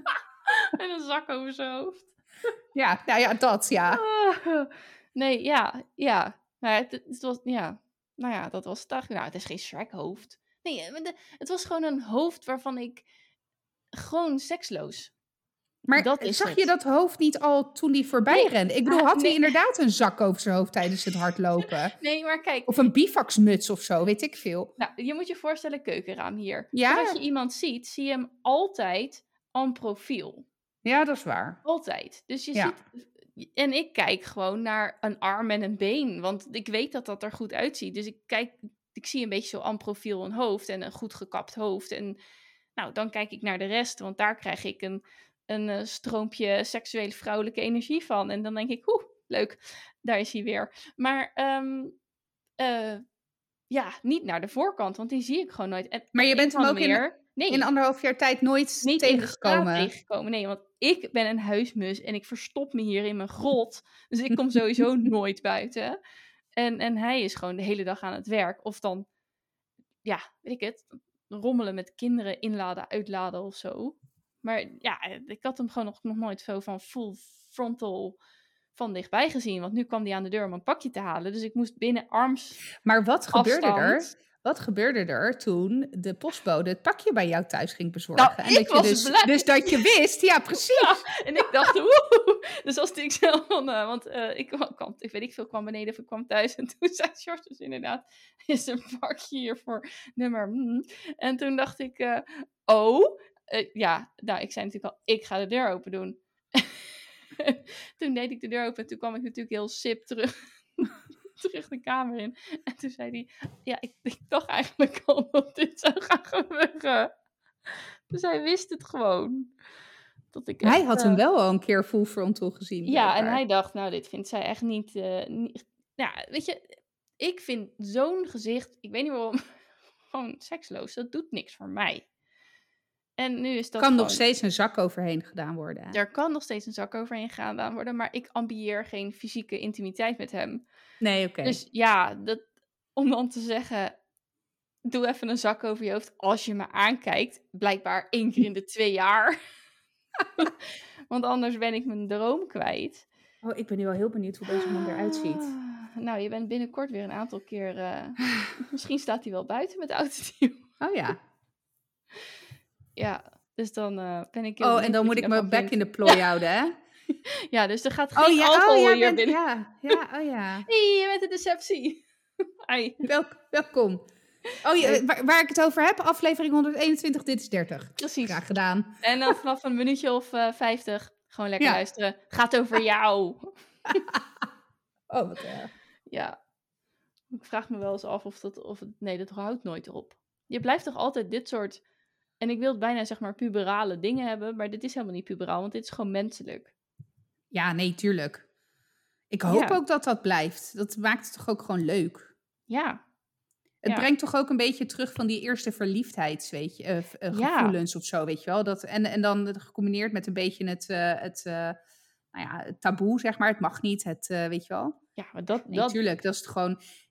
A: En een zak over zijn hoofd.
B: Ja, nou ja, dat, ja.
A: Ah, nee, ja, ja. Nou, ja, het, het was, ja. Nou ja, dat was het eigenlijk. Nou, het is geen Shrek-hoofd. Nee, eh, maar de- het was gewoon een hoofd waarvan ik gewoon seksloos.
B: Maar
A: Dat is
B: zag
A: het.
B: je dat hoofd niet al toen hij voorbij
A: Nee,
B: rende? Ik bedoel,
A: ah,
B: had hij
A: nee.
B: inderdaad een zak over zijn hoofd tijdens het hardlopen?
A: Nee, maar kijk.
B: Of een bivaksmuts of zo, weet ik veel.
A: Nou, je moet je voorstellen, keukenraam hier.
B: Ja?
A: Zodat je iemand ziet, zie je hem altijd en profiel.
B: Ja, dat is waar.
A: Altijd. Dus je
B: Ja.
A: ziet... En ik kijk gewoon naar een arm en een been. Want ik weet dat dat er goed uitziet. Dus ik kijk... Ik zie een beetje zo en profiel een hoofd en een goed gekapt hoofd. En nou, dan kijk ik naar de rest. Want daar krijg ik een, een eh, stroompje seksuele vrouwelijke energie van. En dan denk ik, oeh, leuk. Daar is hij weer. Maar... ehm eh, ja, niet naar de voorkant, want die zie ik gewoon nooit. En
B: Maar je
A: op
B: bent
A: een of
B: hem ook
A: andere
B: in,
A: manier, nee,
B: in anderhalf jaar tijd nooit
A: niet in de straat
B: tegengekomen.
A: tegengekomen. Nee, want ik ben een huismus en ik verstop me hier in mijn grot. Dus ik kom sowieso nooit buiten. En, en hij is gewoon de hele dag aan het werk. Of dan, ja, weet ik het, rommelen met kinderen, inladen, uitladen of zo. Maar ja, ik had hem gewoon nog, nog nooit zo van full frontal van dichtbij gezien. Want nu kwam hij aan de deur om een pakje te halen. Dus ik moest binnen arms
B: Maar wat gebeurde
A: afstand.
B: er? Wat gebeurde er toen de postbode het pakje bij jou thuis ging bezorgen?
A: Nou,
B: en
A: ik
B: dat je
A: was
B: dus,
A: blij.
B: dus dat je wist, ja, precies.
A: Ja, en ik dacht, woe! Dus als ik zelf van, uh, want uh, ik kwam, ik weet ik veel, kwam beneden of ik kwam thuis. En toen zei George dus inderdaad, is een pakje hier voor nummer. Mm. En toen dacht ik, uh, oh, uh, ja, nou, ik zei natuurlijk al, ik ga de deur open doen. Toen deed ik de deur open en toen kwam ik natuurlijk heel sip terug. terug de kamer in. En toen zei hij, ja, ik, ik dacht eigenlijk al dat dit zou gaan gebeuren. Dus hij wist het gewoon. Dat ik echt,
B: Hij had
A: uh,
B: hem wel al een keer full frontal gezien.
A: ja, en
B: blijkbaar.
A: hij dacht, nou, dit vindt zij echt niet... Uh, niet ja, weet je, ik vind zo'n gezicht, ik weet niet waarom, gewoon seksloos. Dat doet niks voor mij. En nu is dat
B: kan
A: gewoon,
B: nog steeds een zak overheen gedaan worden. Hè?
A: Er kan nog steeds een zak overheen gedaan worden, maar ik ambieer geen fysieke intimiteit met hem.
B: Nee, oké. Okay.
A: Dus ja, dat, om dan te zeggen, doe even een zak over je hoofd als je me aankijkt. Blijkbaar één keer in de twee jaar. Want anders ben ik mijn droom kwijt.
B: Oh, ik ben nu wel heel benieuwd hoe deze man eruit ziet.
A: Ah, nou, je bent binnenkort weer een aantal keer... Uh, misschien staat hij wel buiten met oud en nieuw.
B: Oh ja.
A: Ja, dus dan uh, ben ik...
B: Oh, en dan moet ik mijn bek in de plooi ja. houden, hè?
A: Ja, dus er gaat geen
B: oh, ja,
A: alcohol
B: oh, ja,
A: hier
B: bent,
A: binnen.
B: Ja, ja, oh ja.
A: Hé, hey, je bent de deceptie. Ai.
B: Wel, welkom. Oh, ja, waar, waar ik het over heb, aflevering honderdeenentwintig, dit is dertig.
A: Precies.
B: Graag gedaan.
A: En dan vanaf een minuutje of uh, vijftig, gewoon lekker ja. luisteren. Gaat over jou.
B: Oh, wat erg.
A: Ja. Ik vraag me wel eens af of dat... Of het, nee, dat houdt nooit op. Je blijft toch altijd dit soort... En ik wil het bijna, zeg maar, puberale dingen hebben. Maar dit is helemaal niet puberaal, want dit is gewoon menselijk.
B: Ja, nee, tuurlijk. Ik hoop ja. ook dat dat blijft. Dat maakt het toch ook gewoon leuk.
A: Ja.
B: Het
A: ja.
B: brengt toch ook een beetje terug van die eerste verliefdheid, weet je, uh, uh, gevoelens ja. of zo, weet je wel. Dat, en, en dan gecombineerd met een beetje het, uh, het, uh, nou ja, het taboe, zeg maar. Het mag niet, het, uh, weet je wel.
A: Ja, maar dat...
B: Nee,
A: dat...
B: tuurlijk, dat is het gewoon...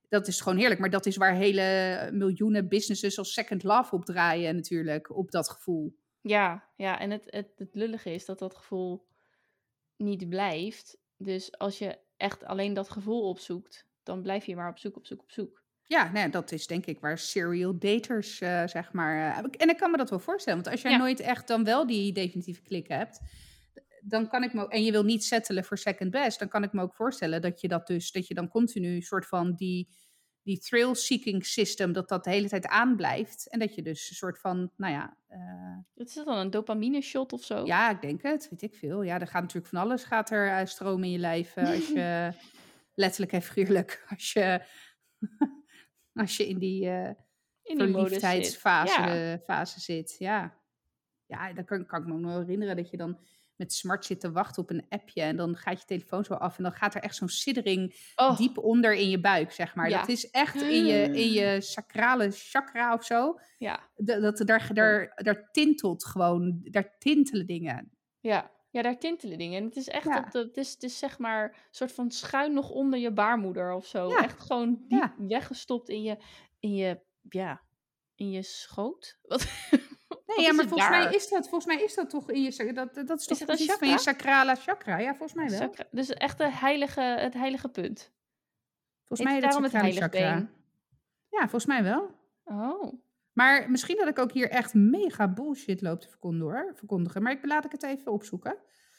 B: dat is gewoon heerlijk. Maar dat is waar hele miljoenen businesses als Second Love op draaien natuurlijk, op dat gevoel.
A: Ja, ja, en het, het, het lullige is dat dat gevoel niet blijft. Dus als je echt alleen dat gevoel opzoekt, dan blijf je maar op zoek, op zoek, op zoek.
B: Ja, nou, dat is denk ik waar serial daters, uh, zeg maar... Uh, en ik kan me dat wel voorstellen. Want als jij
A: Ja.
B: nooit echt dan wel die definitieve klik hebt... dan kan ik me... En je wil niet settelen voor second best... dan kan ik me ook voorstellen dat je dat dus... dat je dan continu soort van die... die thrill-seeking system... dat dat de hele tijd aanblijft. En dat je dus een soort van... nou ja... Uh,
A: Wat is dat dan? Een dopamine shot of zo?
B: Ja, ik denk het. Weet ik veel. Ja, er gaat natuurlijk van alles... gaat er uh, stromen in je lijf... Uh, als je... letterlijk en figuurlijk... als je... als je in die, uh, in die verliefdheidsfase zit. Fase zit. Ja, ja dan kan, kan ik me ook nog herinneren dat je dan met smart zit te wachten op een appje. En dan gaat je telefoon zo af en dan gaat er echt zo'n siddering oh. diep onder in je buik, zeg maar. Ja. Dat is echt in je, in je sacrale chakra of zo.
A: Ja.
B: Dat, dat, daar, daar, daar tintelt gewoon, daar tintelen dingen.
A: Ja. Ja, daar tintelen dingen. En het is echt, ja. dat, het, is, het is zeg maar een soort van schuin nog onder je baarmoeder of zo. Ja. Echt gewoon diep ja. weggestopt in je, in je, ja, in je schoot. Wat,
B: nee, ja, maar volgens mij, is dat, volgens mij is dat toch in je, dat, dat is toch is precies van je sacrale chakra? Ja, volgens mij wel.
A: Chakra, dus echt de heilige, het heilige punt.
B: Volgens mij is het sacrale chakra. Ja, volgens mij wel.
A: Oh.
B: Maar misschien dat ik ook hier echt mega bullshit loop te verkondigen, hoor. verkondigen. Maar ik, laat ik het even opzoeken.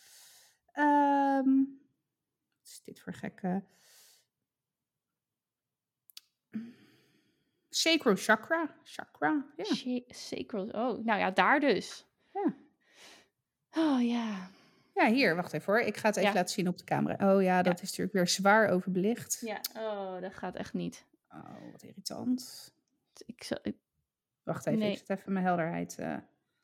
B: Um, wat is dit voor gekke... Sacral chakra. Chakra, ja.
A: Yeah. Sacral, oh. Nou ja, daar dus.
B: Ja.
A: Oh ja.
B: Ja, hier, wacht even hoor. Ik ga het even ja. laten zien op de camera. Oh ja, dat ja. is natuurlijk weer zwaar overbelicht.
A: Ja, oh, dat gaat echt niet.
B: Oh, wat irritant.
A: Ik zal... Ik...
B: Wacht even, nee. ik zet even mijn helderheid. Uh...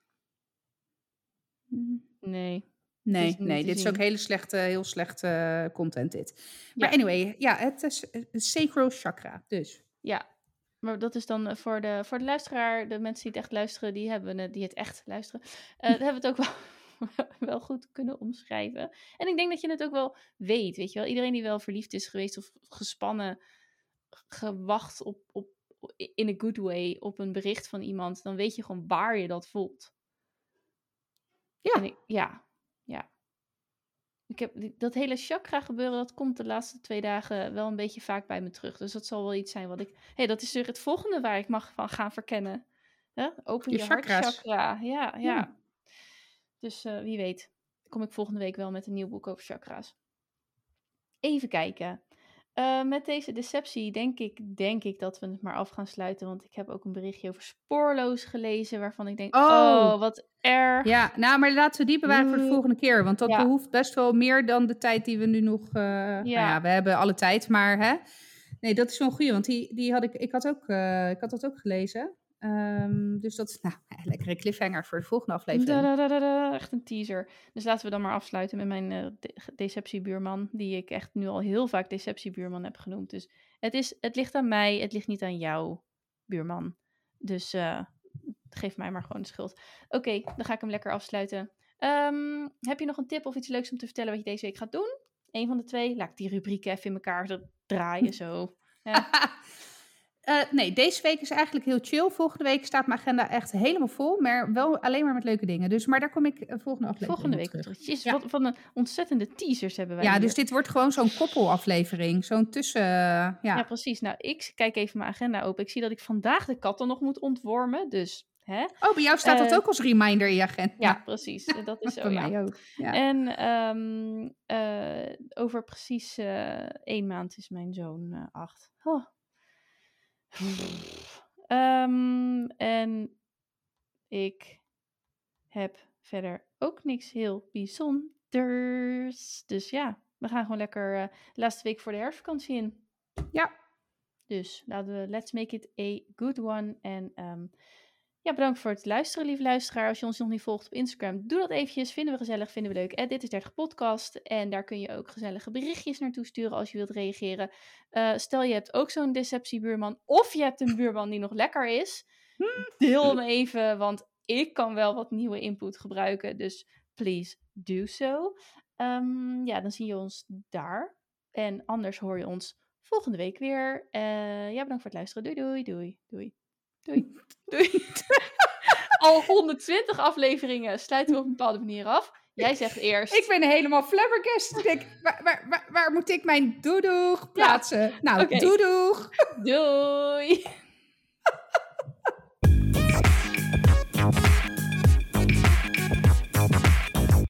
A: Nee.
B: Nee, nee, dit zien. is ook hele slechte, heel slechte content dit. Maar ja. anyway, ja, het is het sacral chakra, dus.
A: Ja, maar dat is dan voor de, voor de luisteraar, de mensen die het echt luisteren, die hebben het, die het echt luisteren, uh, hebben het ook wel, wel goed kunnen omschrijven. En ik denk dat je het ook wel weet, weet je wel. Iedereen die wel verliefd is geweest of gespannen, gewacht op, op in a good way op een bericht van iemand, dan weet je gewoon waar je dat voelt.
B: Ja.
A: Ik, ja, ja. Ik heb dat hele chakra gebeuren, dat komt de laatste twee dagen wel een beetje vaak bij me terug. Dus dat zal wel iets zijn wat ik... Hé, hey, dat is weer het volgende waar ik mag van gaan verkennen. Huh? Open je, je hartchakra. Ja, ja. ja. Dus uh, wie weet kom ik volgende week wel met een nieuw boek over chakra's. Even kijken. Uh, met deze deceptie denk ik, denk ik dat we het maar af gaan sluiten. Want ik heb ook een berichtje over Spoorloos gelezen. Waarvan ik denk, oh, oh wat erg.
B: Ja, nou, maar laten we die bewaren voor de volgende keer. Want dat ja. behoeft best wel meer dan de tijd die we nu nog... Uh, ja. Nou ja, we hebben alle tijd, maar hè. Nee, dat is wel een goeie. Want die, die had ik, ik, had ook, uh, ik had dat ook gelezen. Um, dus dat is nou, een lekkere cliffhanger voor de volgende aflevering.
A: Da, da, da, da, echt een teaser. Dus laten we dan maar afsluiten met mijn uh, de- deceptiebuurman. Die ik echt nu al heel vaak deceptiebuurman heb genoemd. Dus het, is, het ligt aan mij, het ligt niet aan jou, buurman. Dus uh, geef mij maar gewoon de schuld. Oké, okay, dan ga ik hem lekker afsluiten. Um, heb je nog een tip of iets leuks om te vertellen wat je deze week gaat doen? Eén van de twee. Laat ik die rubrieken even in elkaar draaien zo. Ja.
B: Uh, nee, deze week is eigenlijk heel chill. Volgende week staat mijn agenda echt helemaal vol. Maar wel alleen maar met leuke dingen. Dus, maar daar kom ik uh, volgende aflevering
A: Volgende week terug. Jezus, ja. wat, wat een ontzettende teasers hebben wij
B: Ja,
A: hier.
B: Dus dit wordt gewoon zo'n koppelaflevering. Zo'n tussen... Uh, ja.
A: ja, precies. Nou, ik kijk even mijn agenda open. Ik zie dat ik vandaag de katten nog moet ontwormen. Dus... Hè?
B: Oh, bij jou staat uh, dat ook als reminder in je agenda.
A: Ja, precies. Dat is zo,
B: bij
A: ja.
B: mij ook. Ja.
A: En um, uh, over precies uh, één maand is mijn zoon uh, acht. Oh. Um, en ik heb verder ook niks heel bijzonders. Dus ja, we gaan gewoon lekker uh, de laatste week voor de herfstvakantie in.
B: Ja.
A: Dus laten we let's make it a good one. En um, ja, bedankt voor het luisteren, lieve luisteraar. Als je ons nog niet volgt op Instagram, doe dat eventjes. Vinden we gezellig, vinden we leuk. En dit is dertig podcast. En daar kun je ook gezellige berichtjes naartoe sturen als je wilt reageren. Uh, stel je hebt ook zo'n deceptiebuurman. Of je hebt een buurman die nog lekker is. Deel hem even, want ik kan wel wat nieuwe input gebruiken. Dus please do so. Um, ja, dan zie je ons daar. En anders hoor je ons volgende week weer. Uh, ja, bedankt voor het luisteren. Doei, doei, doei, doei. Doei, doei. Al honderdtwintig afleveringen sluiten we op een bepaalde manier af. Jij zegt eerst.
B: Ik ben helemaal flabbergast. Ik denk, waar, waar, waar, waar moet ik mijn doedoeg plaatsen? Ja. Nou, okay. Doedoeg.
A: Doei.